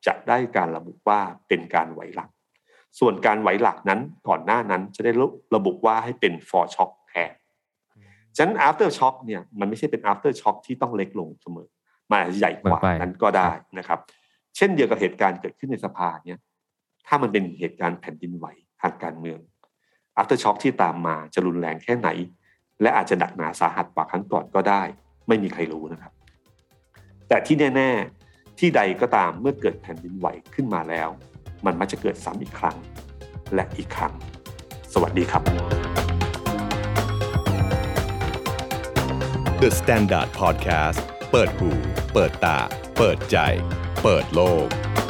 จะได้การระบุว่าเป็นการไหวหลักส่วนการไหวหลักนั้นก่อนหน้านั้นจะได้ระบุว่าให้เป็น for shock แทนฉะนั้น after shock เนี่ยมันไม่ใช่เป็น after shock ที่ต้องเล็กลงเสมอมันอาจจะใหญ่กว่านั้นก็ได้นะครับเช่นเดียวกับเหตุการณ์เกิดขึ้นในสภาเนี่ยถ้ามันเป็นเหตุการณ์แผ่นดินไหวทางการเมือง after shock ที่ตามมาจะรุนแรงแค่ไหนและอาจจะหนักหนาสาหัสกว่าครั้งก่อนก็ได้ไม่มีใครรู้นะครับแต่ที่แน่ๆที่ใดก็ตามเมื่อเกิดแผ่นดินไหวขึ้นมาแล้วมันมักจะเกิดซ้ำอีกครั้งและอีกครั้งสวัสดีครับ The Standard Podcast เปิดหูเปิดตาเปิดใจเปิดโลก